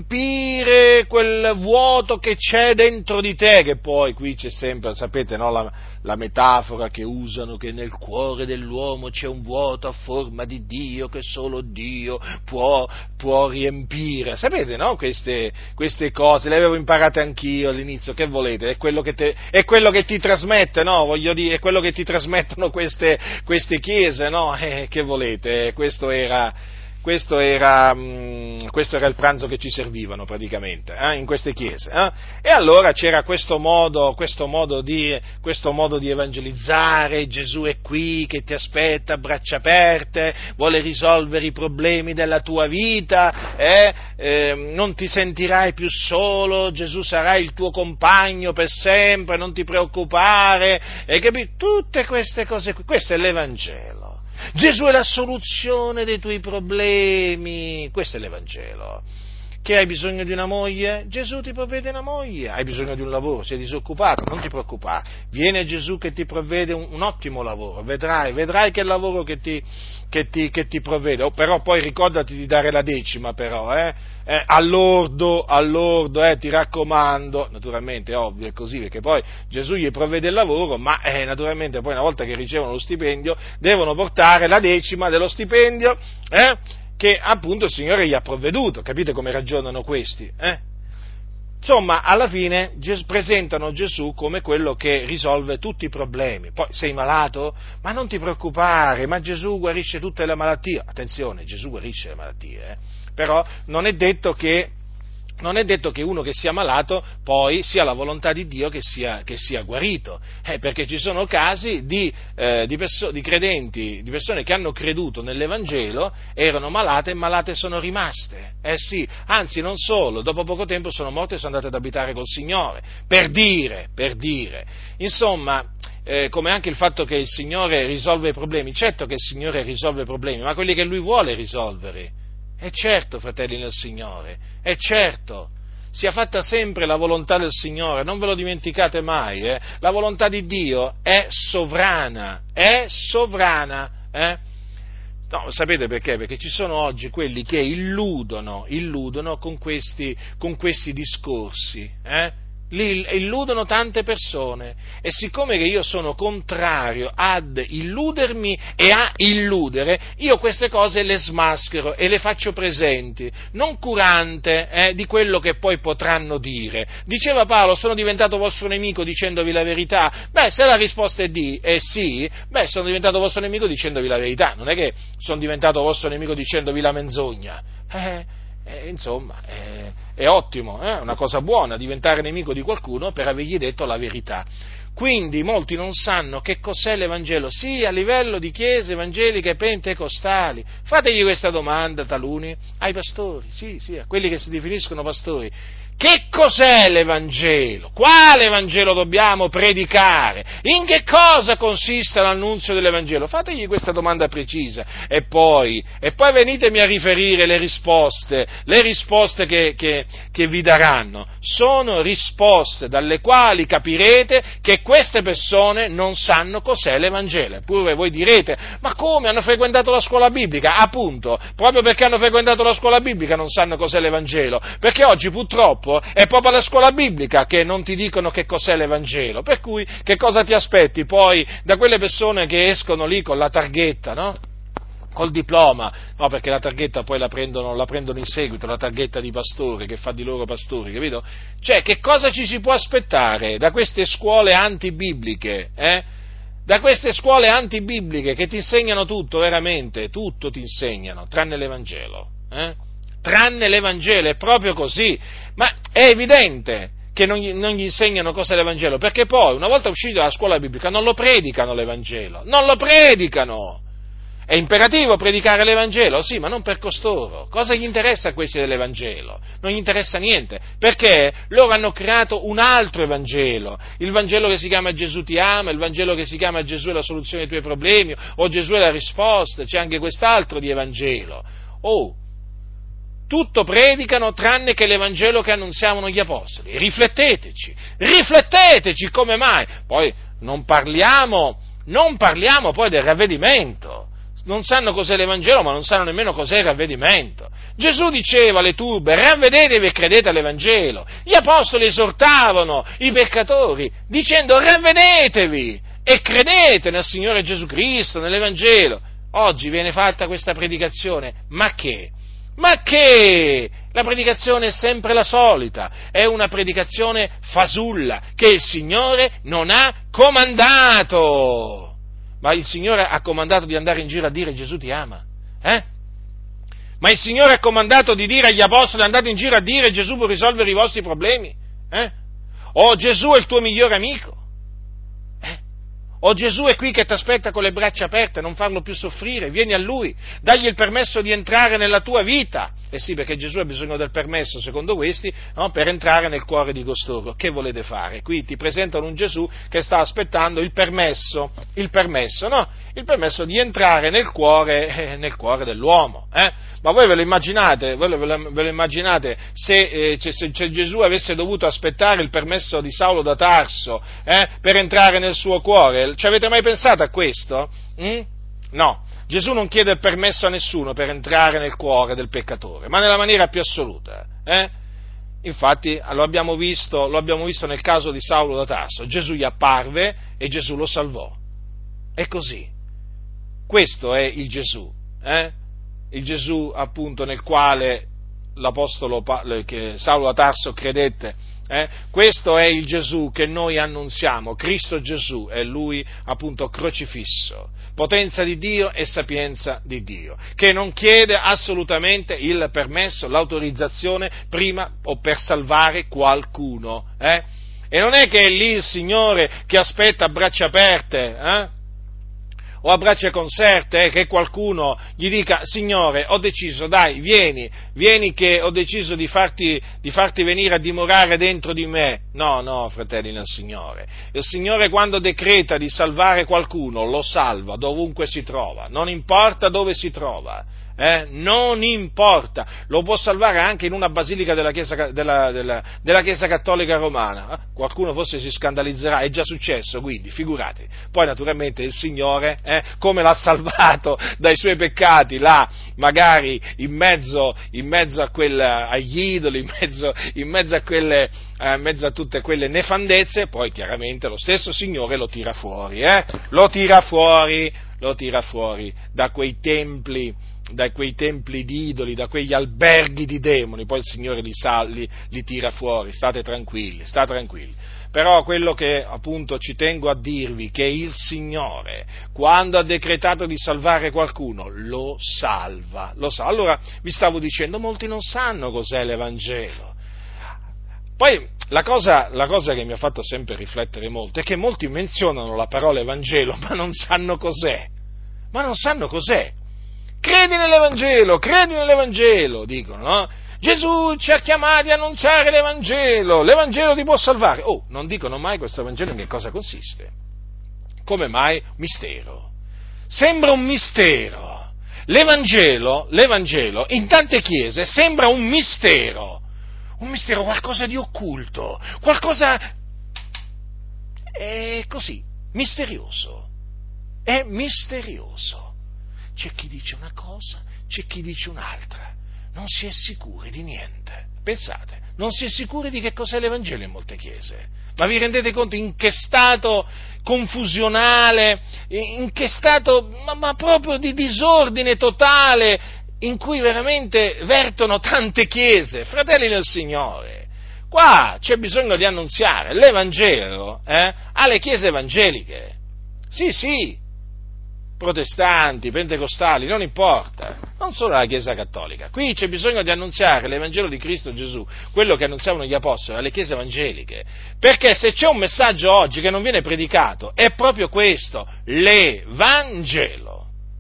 riempire quel vuoto che c'è dentro di te, che poi qui c'è sempre, sapete, no, la, la metafora che usano, che nel cuore dell'uomo c'è un vuoto a forma di Dio che solo Dio può, può riempire. Sapete, no, queste, queste cose, le avevo imparate anch'io all'inizio, che volete? È quello che, te, è quello che ti trasmette, no, voglio dire, è quello che ti trasmettono queste, queste chiese, no, eh, che volete? Questo era... Questo era, mh, questo era il pranzo che ci servivano praticamente eh, in queste chiese. Eh? E allora c'era questo modo, questo, modo di, questo modo di evangelizzare, Gesù è qui che ti aspetta a braccia aperte, vuole risolvere i problemi della tua vita, eh? Eh, non ti sentirai più solo, Gesù sarà il tuo compagno per sempre, non ti preoccupare, e capi? Tutte queste cose qui, questo è l'Evangelo. Gesù è la soluzione dei tuoi problemi, questo è l'Evangelo. Che hai bisogno di una moglie? Gesù ti provvede una moglie. Hai bisogno di un lavoro? Sei disoccupato? Non ti preoccupare. Viene Gesù che ti provvede un, un ottimo lavoro. Vedrai, vedrai che lavoro che ti, che ti, che ti provvede. Oh, però poi ricordati di dare la decima, però, eh? Eh, all'ordo, all'ordo, eh, ti raccomando. Naturalmente, è ovvio, è così, perché poi Gesù gli provvede il lavoro, ma eh, naturalmente poi una volta che ricevono lo stipendio, devono portare la decima dello stipendio, eh? Che appunto il Signore gli ha provveduto. Capite come ragionano questi? Eh? Insomma, alla fine presentano Gesù come quello che risolve tutti i problemi. Poi, sei malato? Ma non ti preoccupare, ma Gesù guarisce tutte le malattie. Attenzione, Gesù guarisce le malattie, eh? Però non è detto che Non è detto che uno che sia malato poi sia la volontà di Dio che sia, che sia guarito, eh, perché ci sono casi di, eh, di, perso- di credenti, di persone che hanno creduto nell'Evangelo, erano malate e malate sono rimaste, eh sì, anzi non solo, dopo poco tempo sono morte e sono andate ad abitare col Signore, per dire, per dire, insomma, eh, come anche il fatto che il Signore risolve i problemi, certo che il Signore risolve i problemi, ma quelli che Lui vuole risolvere. È certo, fratelli nel Signore, è certo, sia fatta sempre la volontà del Signore, non ve lo dimenticate mai, eh? La volontà di Dio è sovrana, è sovrana, eh? No, sapete perché? Perché ci sono oggi quelli che illudono, illudono con questi, con questi discorsi, eh? Li illudono tante persone, e siccome che io sono contrario ad illudermi e a illudere, io queste cose le smaschero e le faccio presenti, non curante eh, di quello che poi potranno dire. Diceva Paolo, sono diventato vostro nemico dicendovi la verità? Beh, se la risposta è di, è sì, beh, sono diventato vostro nemico dicendovi la verità, non è che sono diventato vostro nemico dicendovi la menzogna. Eh, Eh, insomma, eh, è ottimo, è eh? una cosa buona diventare nemico di qualcuno per avergli detto la verità. Quindi molti non sanno che cos'è l'Evangelo, sì, a livello di chiese evangeliche pentecostali. Fategli questa domanda taluni ai pastori, sì, sì, a quelli che si definiscono pastori. Che cos'è l'Evangelo? Quale Evangelo dobbiamo predicare? In che cosa consiste l'annunzio dell'Evangelo? Fategli questa domanda precisa e poi, e poi venitemi a riferire le risposte, le risposte che, che, che vi daranno. Sono risposte dalle quali capirete che queste persone non sanno cos'è l'Evangelo. Eppure voi direte, ma come? Hanno frequentato la scuola biblica? Appunto, proprio perché hanno frequentato la scuola biblica non sanno cos'è l'Evangelo, perché oggi purtroppo è proprio la scuola biblica che non ti dicono che cos'è l'Evangelo, per cui che cosa ti aspetti poi da quelle persone che escono lì con la targhetta, no? Col diploma, no, perché la targhetta poi la prendono, la prendono in seguito, la targhetta di pastore, che fa di loro pastori, capito? Cioè, che cosa ci si può aspettare da queste scuole antibibliche, eh? Da queste scuole antibibliche che ti insegnano tutto, veramente, tutto ti insegnano, tranne l'Evangelo, eh? Tranne l'Evangelo, è proprio così, ma è evidente che non gli, non gli insegnano cos'è l'Evangelo, perché poi, una volta usciti dalla scuola biblica, non lo predicano l'Evangelo, non lo predicano! È imperativo predicare l'Evangelo? Sì, ma non per costoro. Cosa gli interessa a questi dell'Evangelo? Non gli interessa niente, perché loro hanno creato un altro Evangelo, il Vangelo che si chiama Gesù ti ama, il Vangelo che si chiama Gesù è la soluzione ai tuoi problemi, o Gesù è la risposta, c'è anche quest'altro di Evangelo. Oh! Tutto predicano tranne che l'Evangelo che annunziavano gli Apostoli. Rifletteteci, rifletteteci come mai. Poi non parliamo, non parliamo poi del ravvedimento. Non sanno cos'è l'Evangelo, ma non sanno nemmeno cos'è il ravvedimento. Gesù diceva alle turbe, ravvedetevi e credete all'Evangelo. Gli Apostoli esortavano i peccatori dicendo ravvedetevi e credete nel Signore Gesù Cristo, nell'Evangelo. Oggi viene fatta questa predicazione, ma che? Ma che? La predicazione è sempre la solita, è una predicazione fasulla che il Signore non ha comandato. Ma il Signore ha comandato di andare in giro a dire Gesù ti ama? Eh? Ma il Signore ha comandato di dire agli Apostoli andate in giro a dire Gesù può risolvere i vostri problemi? Eh? O Gesù è il tuo migliore amico? Eh? O Gesù è qui che ti aspetta con le braccia aperte, non farlo più soffrire, vieni a Lui, dagli il permesso di entrare nella tua vita. Eh sì, perché Gesù ha bisogno del permesso, secondo questi, no, per entrare nel cuore di costoro. Che volete fare? Qui ti presentano un Gesù che sta aspettando il permesso, il permesso, no? Il permesso di entrare nel cuore, eh, nel cuore dell'uomo, eh? Ma voi ve lo immaginate, ve lo, ve lo, ve lo immaginate se, eh, se, se Gesù avesse dovuto aspettare il permesso di Saulo da Tarso, eh, per entrare nel suo cuore? Ci avete mai pensato a questo? Mm? No. Gesù non chiede il permesso a nessuno per entrare nel cuore del peccatore, ma nella maniera più assoluta. Eh? Infatti lo abbiamo visto, lo abbiamo visto nel caso di Saulo da Tarso. Gesù gli apparve e Gesù lo salvò. È così. Questo è il Gesù, eh? Il Gesù appunto nel quale l'apostolo che Saulo da Tarso credette. Eh? Questo è il Gesù che noi annunziamo, Cristo Gesù, è Lui appunto crocifisso, potenza di Dio e sapienza di Dio, che non chiede assolutamente il permesso, l'autorizzazione prima o per salvare qualcuno. Eh? E non è che è lì il Signore che aspetta a braccia aperte, eh? o a braccia conserte, eh, che qualcuno gli dica, Signore, ho deciso, dai, vieni, vieni che ho deciso di farti, di farti venire a dimorare dentro di me. No, no, fratelli nel Signore. Il Signore quando decreta di salvare qualcuno, lo salva dovunque si trova, non importa dove si trova. Eh, non importa, lo può salvare anche in una basilica della Chiesa, della, della, della Chiesa Cattolica Romana. Eh? Qualcuno forse si scandalizzerà, è già successo, quindi figuratevi. Poi naturalmente il Signore, eh, come l'ha salvato dai suoi peccati, là magari in mezzo, in mezzo a quel, agli idoli, in mezzo, in mezzo a quelle, eh, in mezzo a tutte quelle nefandezze, poi chiaramente lo stesso Signore lo tira fuori, eh? lo tira fuori, lo tira fuori da quei templi, da quei templi di idoli, da quegli alberghi di demoni, poi il Signore li, sal, li, li tira fuori, state tranquilli, state tranquilli. Però quello che appunto ci tengo a dirvi, che il Signore, quando ha decretato di salvare qualcuno, lo salva, lo salva. Allora, vi stavo dicendo, molti non sanno cos'è l'Evangelo. Poi la cosa, la cosa che mi ha fatto sempre riflettere molto è che molti menzionano la parola Evangelo, ma non sanno cos'è. Ma non sanno cos'è. Credi nell'Evangelo, credi nell'Evangelo, dicono, no? Gesù ci ha chiamati a annunziare l'Evangelo, l'Evangelo ti può salvare. Oh, non dicono mai questo Evangelo in che cosa consiste. Come mai? Mistero. Sembra un mistero. L'Evangelo, l'Evangelo in tante chiese sembra un mistero. Un mistero, qualcosa di occulto, qualcosa è così, misterioso. È misterioso. C'è chi dice una cosa, c'è chi dice un'altra. Non si è sicuri di niente. Pensate, non si è sicuri di che cos'è l'Evangelo in molte chiese. Ma vi rendete conto in che stato confusionale, in che stato, ma, ma proprio di disordine totale, in cui veramente vertono tante chiese, fratelli del Signore. Qua c'è bisogno di annunziare l'Evangelo eh, alle chiese evangeliche. Sì, sì, protestanti, pentecostali, non importa, non solo alla Chiesa cattolica. Qui c'è bisogno di annunziare l'Evangelo di Cristo Gesù, quello che annunziavano gli apostoli alle chiese evangeliche, perché se c'è un messaggio oggi che non viene predicato è proprio questo, l'Evangelo.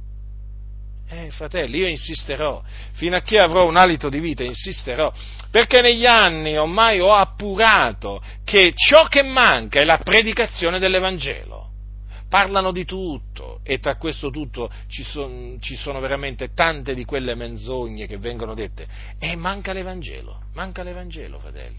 Eh, fratelli, io insisterò, fino a che avrò un alito di vita, insisterò, perché negli anni ormai ho appurato che ciò che manca è la predicazione dell'Evangelo. Parlano di tutto, e tra questo tutto ci, son, ci sono veramente tante di quelle menzogne che vengono dette, e manca l'Evangelo, manca l'Evangelo, fratelli.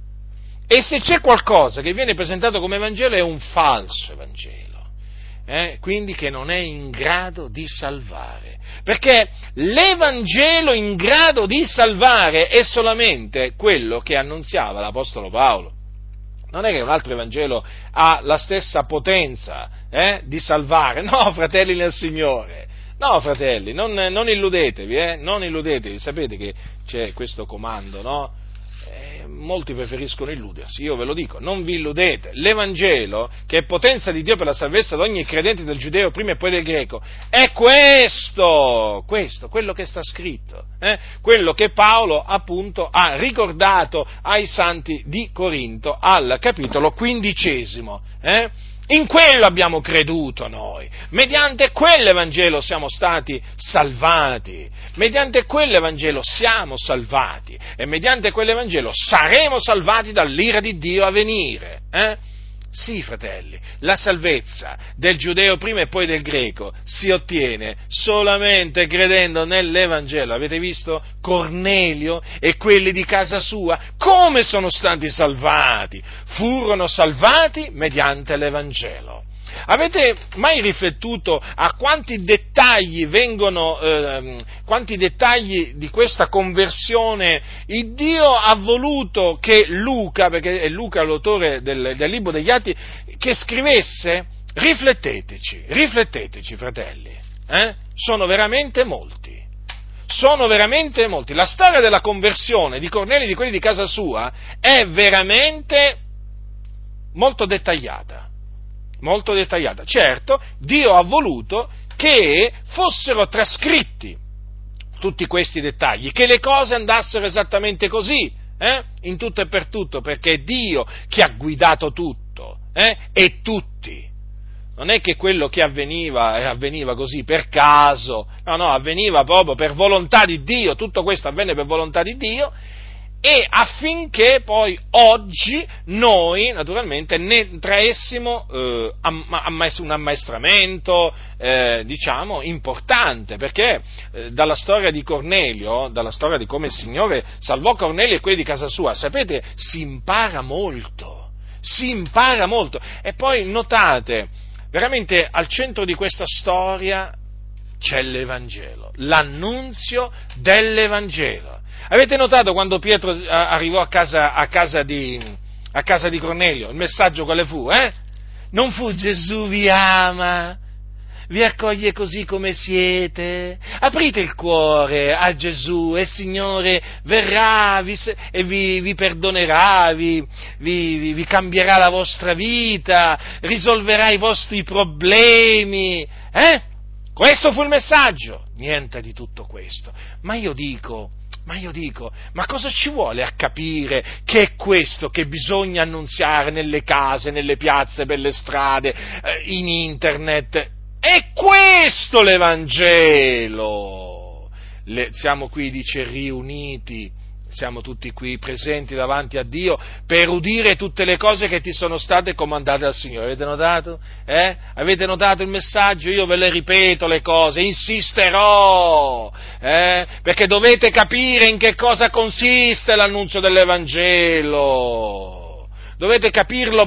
E se c'è qualcosa che viene presentato come Evangelo è un falso Evangelo, eh? Quindi che non è in grado di salvare, perché l'Evangelo in grado di salvare è solamente quello che annunziava l'Apostolo Paolo. Non è che un altro Evangelo ha la stessa potenza eh, di salvare, no, fratelli nel Signore, no, fratelli, non, non illudetevi, eh, non illudetevi, sapete che c'è questo comando, no? Eh, molti preferiscono illudersi, io ve lo dico, non vi illudete, l'Evangelo, che è potenza di Dio per la salvezza di ogni credente, del giudeo prima e poi del greco, è questo, questo, quello che sta scritto, eh? Quello che Paolo appunto ha ricordato ai santi di Corinto al capitolo quindicesimo, eh? In quello abbiamo creduto noi, mediante quell'Evangelo siamo stati salvati, mediante quell'Evangelo siamo salvati e mediante quell'Evangelo saremo salvati dall'ira di Dio a venire. Eh? Sì, fratelli, la salvezza del giudeo prima e poi del greco si ottiene solamente credendo nell'Evangelo. Avete visto Cornelio e quelli di casa sua come sono stati salvati? Furono salvati mediante l'Evangelo. Avete mai riflettuto a quanti dettagli vengono, eh, quanti dettagli di questa conversione il Dio ha voluto che Luca, perché è Luca l'autore del, del libro degli Atti, che scrivesse? Rifletteteci, rifletteteci, fratelli, eh? Sono veramente molti. Sono veramente molti. La storia della conversione di Cornelio e di quelli di casa sua è veramente molto dettagliata. Molto dettagliata. Certo, Dio ha voluto che fossero trascritti tutti questi dettagli, che le cose andassero esattamente così, eh? In tutto e per tutto, perché è Dio che ha guidato tutto, eh? E tutti. Non è che quello che avveniva avveniva così per caso, no, no, avveniva proprio per volontà di Dio, tutto questo avvenne per volontà di Dio, e affinché poi oggi noi naturalmente ne traessimo eh, un ammaestramento eh, diciamo importante, perché eh, dalla storia di Cornelio, dalla storia di come il Signore salvò Cornelio e quelli di casa sua, sapete, si impara molto, si impara molto, e poi notate, veramente al centro di questa storia c'è l'Evangelo, l'annunzio dell'Evangelo. Avete notato quando Pietro arrivò a casa, a casa, di, a casa di Cornelio, il messaggio quale fu? Eh? Non fu Gesù vi ama, vi accoglie così come siete, aprite il cuore a Gesù e il Signore verrà vi, e vi, vi perdonerà, vi, vi, vi cambierà la vostra vita, risolverà i vostri problemi. Eh? Questo fu il messaggio? Niente di tutto questo. Ma io dico, Ma io dico, ma cosa ci vuole a capire che è questo che bisogna annunziare nelle case, nelle piazze, per le strade, eh, in internet? È questo l'Evangelo! Le, siamo qui, dice, riuniti, siamo tutti qui presenti davanti a Dio per udire tutte le cose che ti sono state comandate dal Signore. Avete notato? Eh? Avete notato il messaggio? Io ve le ripeto le cose, insisterò, eh? Perché dovete capire in che cosa consiste l'annunzio dell'Evangelo. Dovete capirlo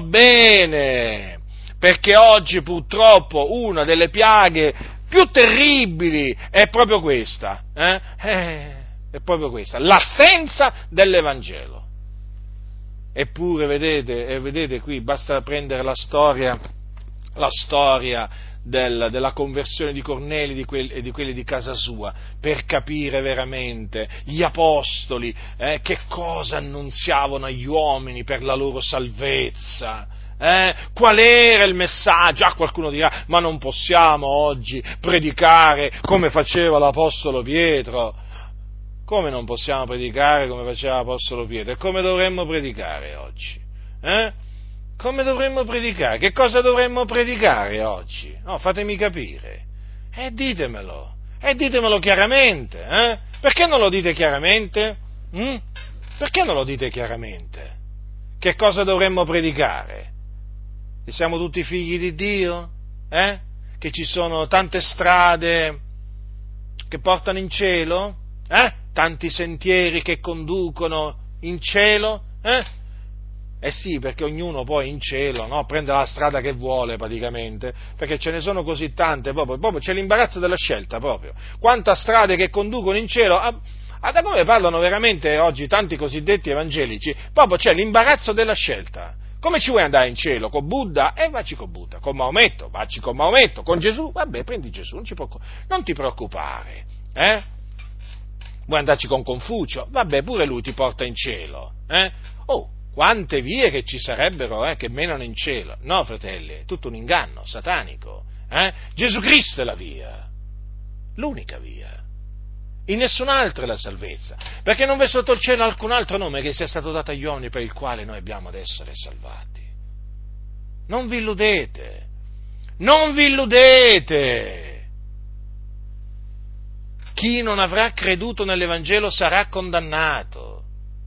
bene, perché oggi purtroppo una delle piaghe più terribili è proprio questa, eh? Eh. È proprio questa, l'assenza dell'Evangelo. Eppure, vedete, eh, vedete qui, basta prendere la storia, la storia del, della conversione di Cornelio di quelli, e di quelli di casa sua, per capire veramente gli apostoli eh, che cosa annunziavano agli uomini per la loro salvezza. Eh? Qual era il messaggio? Ah, qualcuno dirà, ma non possiamo oggi predicare come faceva l'Apostolo Pietro. Come non possiamo predicare come faceva l'Apostolo Pietro? E come dovremmo predicare oggi? Eh? Come dovremmo predicare? Che cosa dovremmo predicare oggi? No, fatemi capire. E eh, ditemelo. E eh, ditemelo chiaramente. Eh? Perché non lo dite chiaramente? Mm? Perché non lo dite chiaramente? Che cosa dovremmo predicare? Che siamo tutti figli di Dio? Eh? Che ci sono tante strade che portano in cielo? Eh? Tanti sentieri che conducono in cielo? Eh? Eh sì, perché ognuno poi in cielo, no, prende la strada che vuole praticamente, perché ce ne sono così tante, proprio, proprio c'è l'imbarazzo della scelta proprio. Quante strade che conducono in cielo, a, a, da come parlano veramente oggi tanti cosiddetti evangelici, proprio c'è l'imbarazzo della scelta. Come ci vuoi andare in cielo? Con Buddha? Eh, vacci con Buddha. Con Maometto? Vacci con Maometto. Con Gesù? Vabbè, prendi Gesù, non, ci preoccupare, non ti preoccupare, eh? Vuoi andarci con Confucio? Vabbè, pure lui ti porta in cielo. Eh? Oh, quante vie che ci sarebbero eh, che menano in cielo. No, fratelli, è tutto un inganno satanico. Eh? Gesù Cristo è la via, l'unica via. In nessun altro è la salvezza, perché non v'è sotto il cielo alcun altro nome che sia stato dato agli uomini per il quale noi abbiamo ad essere salvati. Non vi illudete, non vi illudete. Chi non avrà creduto nell'Evangelo sarà condannato.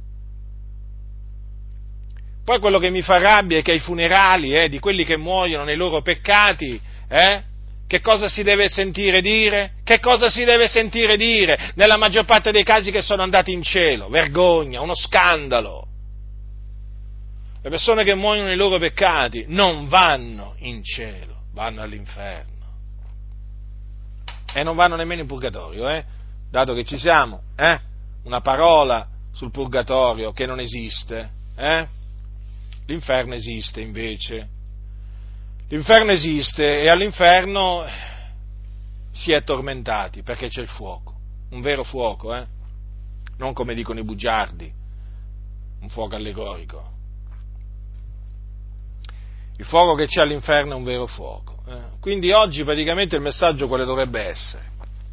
Poi quello che mi fa rabbia è che ai funerali eh, di quelli che muoiono nei loro peccati, eh, che cosa si deve sentire dire? Che cosa si deve sentire dire? Nella maggior parte dei casi che sono andati in cielo. Vergogna, uno scandalo. Le persone che muoiono nei loro peccati non vanno in cielo, vanno all'inferno. E non vanno nemmeno in purgatorio, eh? Dato che ci siamo, eh? Una parola sul purgatorio che non esiste, eh? L'inferno esiste invece. L'inferno esiste e all'inferno si è tormentati perché c'è il fuoco, un vero fuoco, eh? Non come dicono i bugiardi, un fuoco allegorico. Il fuoco che c'è all'inferno è un vero fuoco. Eh? Quindi oggi praticamente il messaggio quale dovrebbe essere?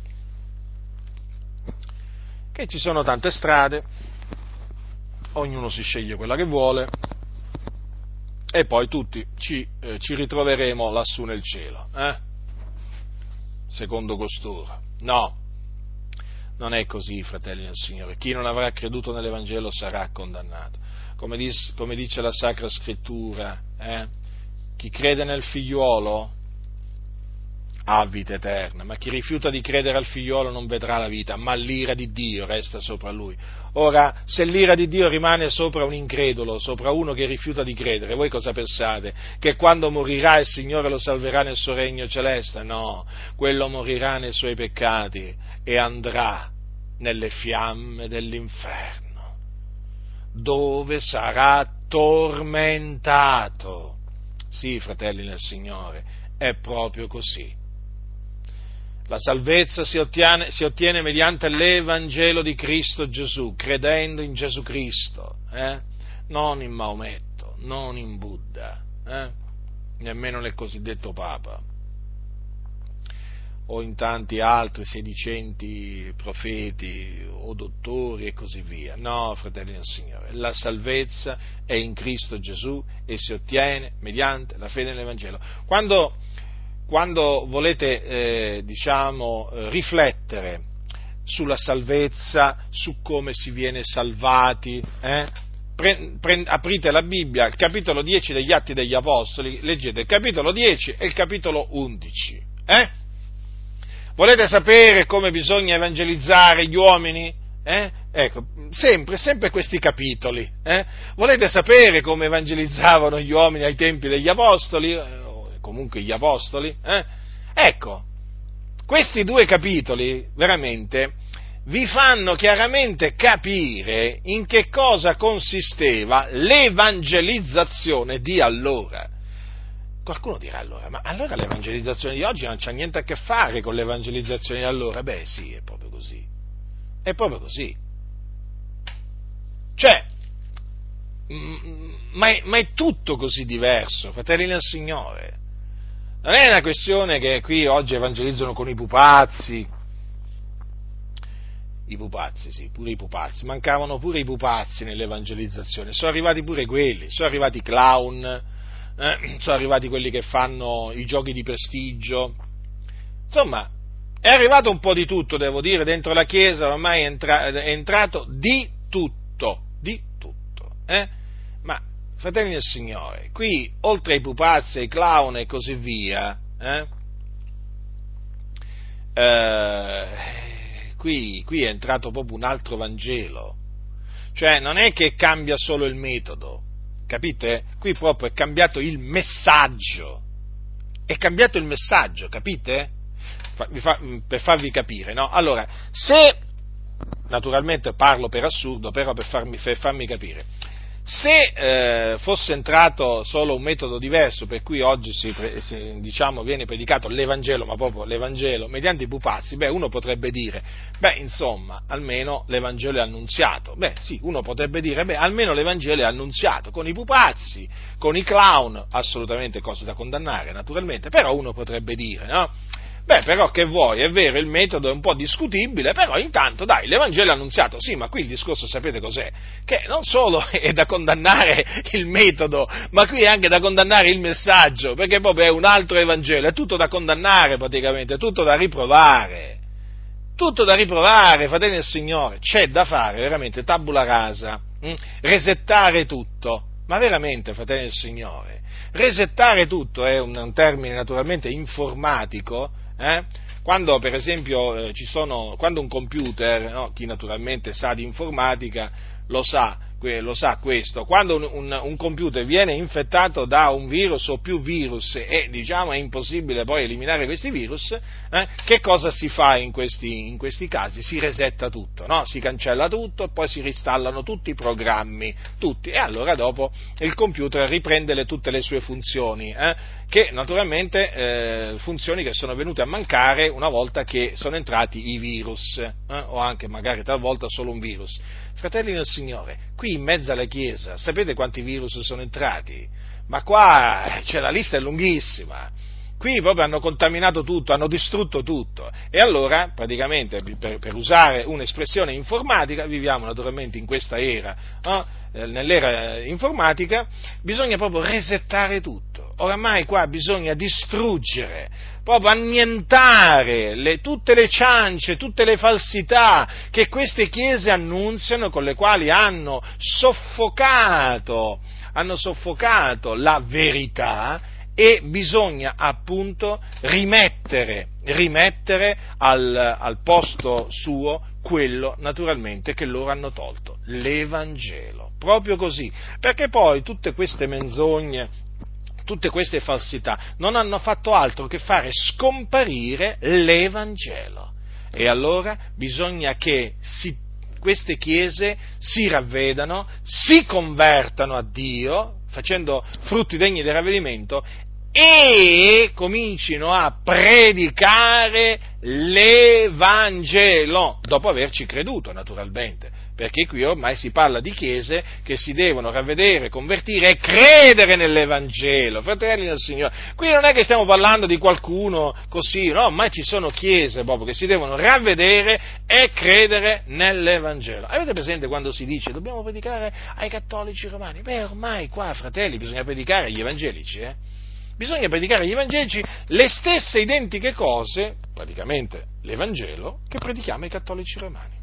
Che ci sono tante strade, ognuno si sceglie quella che vuole e poi tutti ci, eh, ci ritroveremo lassù nel cielo, eh? Secondo costoro. No, non è così, fratelli del Signore. Chi non avrà creduto nell'Evangelo sarà condannato. Come, dis, come dice la Sacra Scrittura, eh? Chi crede nel figliuolo ha vita eterna, ma chi rifiuta di credere al figliuolo non vedrà la vita, ma l'ira di Dio resta sopra lui. Ora, se l'ira di Dio rimane sopra un incredulo, sopra uno che rifiuta di credere, voi cosa pensate? Che quando morirà il Signore lo salverà nel suo regno celeste? No, quello morirà nei suoi peccati e andrà nelle fiamme dell'inferno, dove sarà tormentato. Sì, fratelli nel Signore, è proprio così. La salvezza si ottiene, si ottiene mediante l'Evangelo di Cristo Gesù, credendo in Gesù Cristo, eh? Non in Maometto, non in Buddha, eh? Nemmeno nel cosiddetto Papa. o in tanti altri sedicenti profeti o dottori e così via. No, fratelli del Signore, la salvezza è in Cristo Gesù e si ottiene mediante la fede nell'Evangelo. Quando, quando volete, eh, diciamo, riflettere sulla salvezza, su come si viene salvati, eh? pre, pre, aprite la Bibbia, il capitolo dieci degli Atti degli Apostoli, leggete il capitolo dieci e il capitolo undici. Eh? Volete sapere come bisogna evangelizzare gli uomini? Eh? Ecco, sempre, sempre questi capitoli. Eh? Volete sapere come evangelizzavano gli uomini ai tempi degli Apostoli? Eh, comunque gli Apostoli? Eh? Ecco, questi due capitoli veramente vi fanno chiaramente capire in che cosa consisteva l'evangelizzazione di allora. Qualcuno dirà allora, ma allora l'evangelizzazione di oggi non c'ha niente a che fare con l'evangelizzazione di allora? Beh sì, è proprio così, è proprio così. Cioè, ma è, ma è tutto così diverso, fratelli del Signore. Non è una questione che qui oggi evangelizzano con i pupazzi, i pupazzi, sì, pure i pupazzi, mancavano pure i pupazzi nell'evangelizzazione, sono arrivati pure quelli, sono arrivati i clown, eh, sono arrivati quelli che fanno i giochi di prestigio, insomma, è arrivato un po' di tutto, devo dire, dentro la Chiesa ormai è, entra- è entrato di tutto, di tutto, eh? Ma, fratelli del Signore, qui, oltre ai pupazzi, ai clown e così via, eh, eh, qui, qui è entrato proprio un altro Vangelo, cioè non è che cambia solo il metodo, capite? Qui proprio è cambiato il messaggio, è cambiato il messaggio, capite? Fa, fa, per farvi capire, no? Allora, se, naturalmente parlo per assurdo, però per farmi, per farmi capire, se eh, fosse entrato solo un metodo diverso, per cui oggi si, si, diciamo, viene predicato l'Evangelo, ma proprio l'Evangelo, mediante i pupazzi, beh, uno potrebbe dire, beh, insomma, almeno l'Evangelo è annunziato. Beh, sì, uno potrebbe dire, beh, almeno l'Evangelo è annunziato. Con i pupazzi, con i clown, assolutamente cose da condannare, naturalmente, però uno potrebbe dire, no? Beh, però che vuoi, è vero, il metodo è un po' discutibile, però intanto, dai, l'Evangelo è annunziato, sì, ma qui il discorso sapete cos'è? Che non solo è da condannare il metodo, ma qui è anche da condannare il messaggio, perché proprio è un altro Evangelo, è tutto da condannare praticamente, è tutto da riprovare, tutto da riprovare, fratelli del Signore, c'è da fare veramente tabula rasa, hm? resettare tutto, ma veramente, fratelli del Signore, resettare tutto è un, un termine naturalmente informatico. Eh? Quando per esempio eh, ci sono, quando un computer, no, chi naturalmente sa di informatica lo sa, que, lo sa questo, quando un, un, un computer viene infettato da un virus o più virus e diciamo è impossibile poi eliminare questi virus, eh, che cosa si fa in questi, in questi casi? Si resetta tutto, no? Si cancella tutto e poi si reinstallano tutti i programmi, tutti, e allora dopo il computer riprende le, tutte le sue funzioni, eh, che naturalmente eh, funzioni che sono venute a mancare una volta che sono entrati i virus, eh, o anche magari talvolta solo un virus. Fratelli del Signore, qui in mezzo alla Chiesa, sapete quanti virus sono entrati? Ma qua, cioè, la lista è lunghissima. Qui proprio hanno contaminato tutto, hanno distrutto tutto. E allora, praticamente, per, per usare un'espressione informatica, viviamo naturalmente in questa era, no? Nell'era informatica, bisogna proprio resettare tutto. Oramai qua bisogna distruggere, proprio annientare le, tutte le ciance, tutte le falsità che queste chiese annunziano, con le quali hanno soffocato, hanno soffocato la verità, e bisogna appunto rimettere, rimettere al, al posto suo quello naturalmente che loro hanno tolto, l'Evangelo, proprio così, perché poi tutte queste menzogne, tutte queste falsità non hanno fatto altro che fare scomparire l'Evangelo, e allora bisogna che si, queste chiese si ravvedano, si convertano a Dio, facendo frutti degni del ravvedimento, e comincino a predicare l'Evangelo, dopo averci creduto naturalmente, perché qui ormai si parla di chiese che si devono ravvedere, convertire e credere nell'Evangelo, fratelli del Signore. Qui non è che stiamo parlando di qualcuno così, no, ormai ci sono chiese proprio che si devono ravvedere e credere nell'Evangelo. Avete presente quando si dice dobbiamo predicare ai cattolici romani? Beh, ormai qua, fratelli, bisogna predicare agli evangelici, eh? Bisogna predicare agli evangelici le stesse identiche cose, praticamente l'Evangelo, che predichiamo ai cattolici romani.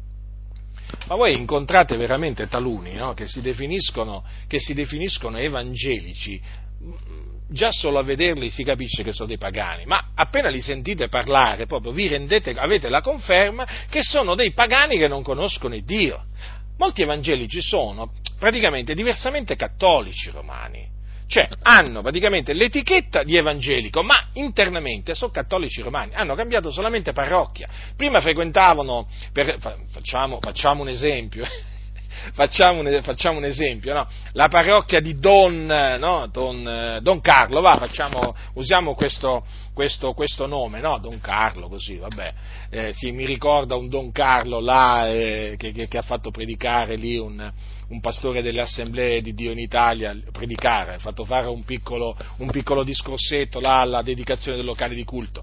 Ma voi incontrate veramente taluni, no, che si definiscono, che si definiscono evangelici, già solo a vederli si capisce che sono dei pagani, ma appena li sentite parlare proprio vi rendete, avete la conferma che sono dei pagani che non conoscono il Dio. Molti evangelici sono praticamente diversamente cattolici romani. Cioè, hanno praticamente l'etichetta di evangelico, ma internamente sono cattolici romani, hanno cambiato solamente parrocchia. Prima frequentavano, per, facciamo, facciamo un esempio, facciamo, un, facciamo un esempio, no? La parrocchia di Don, no? Don, Don Carlo, va, facciamo, usiamo questo, questo, questo nome, no? Don Carlo, così, vabbè, eh, sì, mi ricorda un Don Carlo là, eh, che, che, che ha fatto predicare lì un... un pastore delle assemblee di Dio in Italia, predicare, ha fatto fare un piccolo, un piccolo discorsetto là alla dedicazione del locale di culto.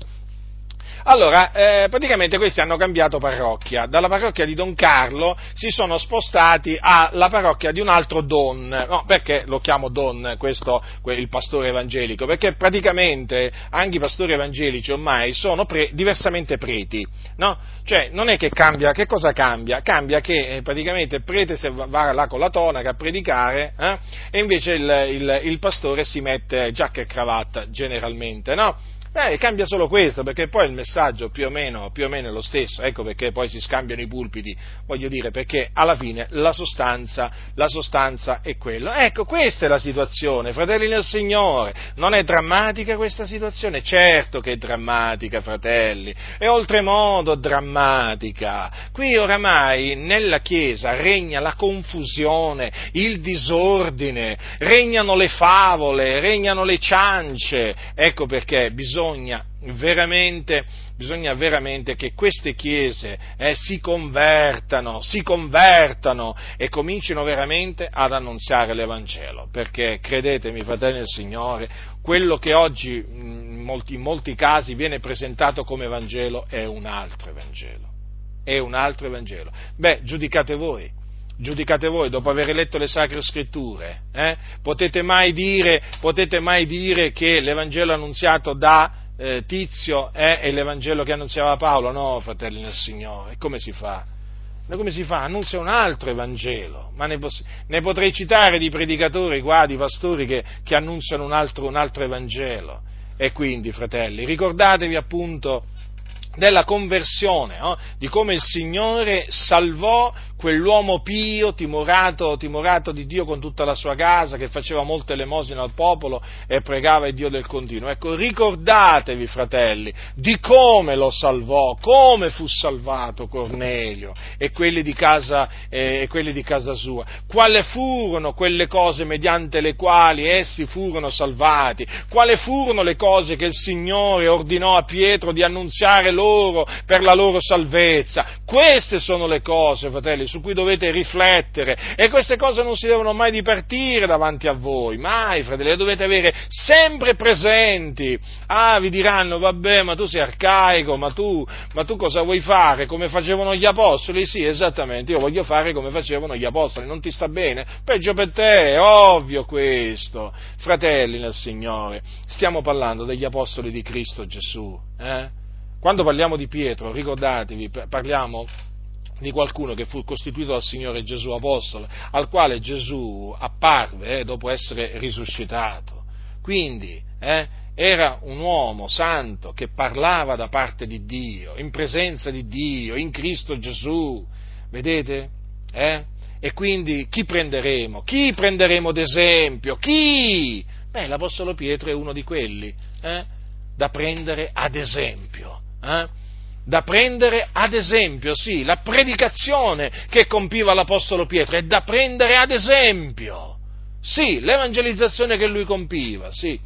Allora, eh, praticamente questi hanno cambiato parrocchia, dalla parrocchia di Don Carlo si sono spostati alla parrocchia di un altro Don, no, perché lo chiamo Don, questo, il pastore evangelico, perché praticamente anche i pastori evangelici ormai sono pre, diversamente preti, no? Cioè, non è che cambia, che cosa cambia? Cambia che eh, praticamente il prete se va là con la tonaca a predicare, eh, e invece il, il, il pastore si mette giacca e cravatta, generalmente, no? Beh, cambia solo questo, perché poi il messaggio più o meno, più o meno è lo stesso, ecco perché poi si scambiano i pulpiti, voglio dire, perché alla fine la sostanza, la sostanza è quella. Ecco, questa è la situazione, fratelli nel Signore, non è drammatica questa situazione? Certo che è drammatica, fratelli, è oltremodo drammatica. Qui oramai nella Chiesa regna la confusione, il disordine, regnano le favole, regnano le ciance, ecco perché bisogna Bisogna veramente, bisogna veramente che queste chiese eh, si convertano, si convertano e comincino veramente ad annunziare l'Evangelo, perché credetemi, fratelli del Signore, quello che oggi in molti, in molti casi viene presentato come Evangelo è un altro Evangelo, è un altro Evangelo. Beh, giudicate voi. Giudicate voi, dopo aver letto le Sacre Scritture, eh? potete mai dire, potete mai dire che l'Evangelo annunziato da eh, Tizio eh, è l'Evangelo che annunziava Paolo? No, fratelli nel Signore, come si fa? Ma come si fa? Annunzia un altro Evangelo, ma ne, poss- ne potrei citare di predicatori qua, di pastori che, che annunziano un altro, un altro Evangelo. E quindi, fratelli, ricordatevi appunto della conversione, no? Di come il Signore salvò quell'uomo pio, timorato, timorato di Dio con tutta la sua casa, che faceva molte elemosine al popolo e pregava il Dio del continuo. Ecco, ricordatevi, fratelli, di come lo salvò, come fu salvato Cornelio e quelli di casa, eh, e quelli di casa sua, quali furono quelle cose mediante le quali essi furono salvati, quali furono le cose che il Signore ordinò a Pietro di annunziare loro per la loro salvezza. Queste sono le cose, fratelli, su cui dovete riflettere, e queste cose non si devono mai dipartire davanti a voi, mai, fratelli, le dovete avere sempre presenti. Ah, vi diranno, vabbè, ma tu sei arcaico, ma tu, ma tu cosa vuoi fare, come facevano gli apostoli? Sì, esattamente, io voglio fare come facevano gli apostoli, non ti sta bene? Peggio per te, è ovvio questo. Fratelli nel Signore, stiamo parlando degli apostoli di Cristo Gesù, eh? Quando parliamo di Pietro, ricordatevi, parliamo di qualcuno che fu costituito dal Signore Gesù apostolo, al quale Gesù apparve eh, dopo essere risuscitato. Quindi eh, era un uomo santo che parlava da parte di Dio, in presenza di Dio, in Cristo Gesù. Vedete? Eh? E quindi chi prenderemo? Chi prenderemo d'esempio? Chi? Beh, l'Apostolo Pietro è uno di quelli eh, da prendere ad esempio. Eh? Da prendere ad esempio, sì, la predicazione che compiva l'Apostolo Pietro è da prendere ad esempio, sì, l'evangelizzazione che lui compiva, sì,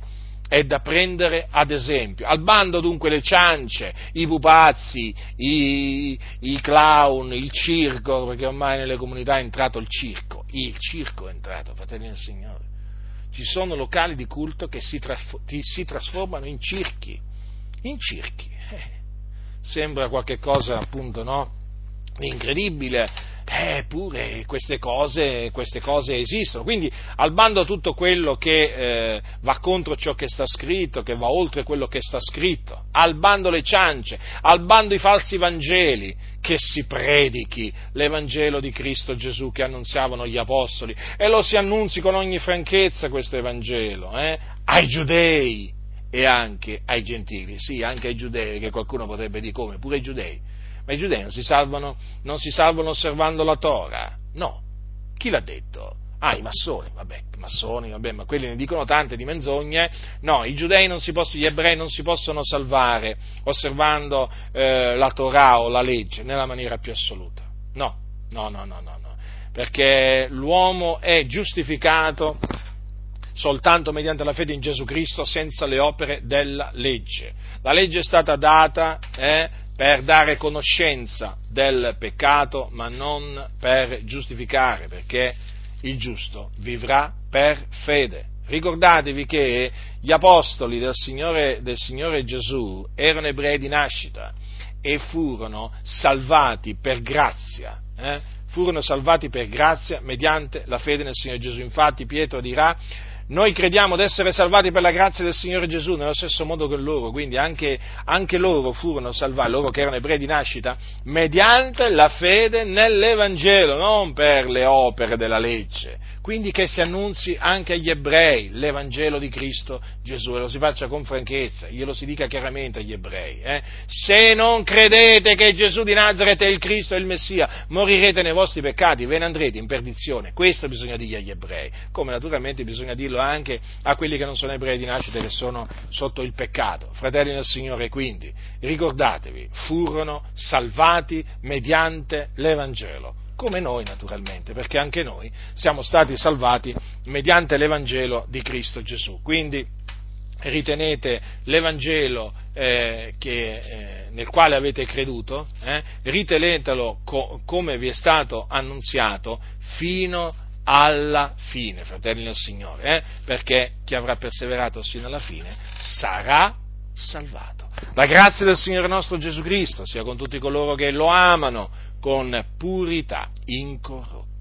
è da prendere ad esempio. Al bando dunque le ciance, i pupazzi, i, i clown, il circo, perché ormai nelle comunità è entrato il circo, il circo è entrato, fratelli del Signore. Ci sono locali di culto che si, traf- si trasformano in circhi, in circhi. Eh, sembra qualche cosa appunto, no? Incredibile. Eppure eh, queste cose, queste cose esistono, quindi al bando tutto quello che eh, va contro ciò che sta scritto, che va oltre quello che sta scritto, al bando le ciance, al bando i falsi Vangeli, che si predichi l'Evangelo di Cristo Gesù che annunziavano gli Apostoli, e lo si annunzi con ogni franchezza questo Evangelo, eh, ai giudei e anche ai gentili, sì, anche ai giudei, che qualcuno potrebbe dire come, pure ai giudei. Ma i giudei non si salvano, non si salvano osservando la Tora? No. Chi l'ha detto? Ah, i massoni, vabbè, i massoni, vabbè, ma quelli ne dicono tante di menzogne. No, i giudei non si possono, gli ebrei non si possono salvare osservando eh, la Torah o la legge nella maniera più assoluta. No, no, no, no, no, no. Perché l'uomo è giustificato soltanto mediante la fede in Gesù Cristo, senza le opere della legge. La legge è stata data eh, per dare conoscenza del peccato, ma non per giustificare, perché il giusto vivrà per fede. Ricordatevi che gli apostoli del Signore, del Signore Gesù erano ebrei di nascita e furono salvati per grazia, eh? furono salvati per grazia mediante la fede nel Signore Gesù. Infatti Pietro dirà: noi crediamo d'essere salvati per la grazia del Signore Gesù, nello stesso modo che loro, quindi anche, anche loro furono salvati, loro che erano ebrei di nascita, mediante la fede nell'Evangelo, non per le opere della legge. Quindi che si annunzi anche agli ebrei l'Evangelo di Cristo Gesù, e lo si faccia con franchezza, glielo si dica chiaramente agli ebrei. Eh? Se non credete che Gesù di Nazaret è il Cristo, è il Messia, morirete nei vostri peccati, ve ne andrete in perdizione. Questo bisogna dirgli agli ebrei, come naturalmente bisogna dirlo anche a quelli che non sono ebrei di nascita, che sono sotto il peccato. Fratelli del Signore, quindi, ricordatevi, furono salvati mediante l'Evangelo, come noi naturalmente, perché anche noi siamo stati salvati mediante l'Evangelo di Cristo Gesù. Quindi ritenete l'Evangelo eh, che, eh, nel quale avete creduto, eh, ritenetelo co- come vi è stato annunziato fino alla fine, fratelli del Signore, eh, perché chi avrà perseverato fino alla fine sarà salvato. La grazia del Signore nostro Gesù Cristo sia con tutti coloro che lo amano con purità incorrotta.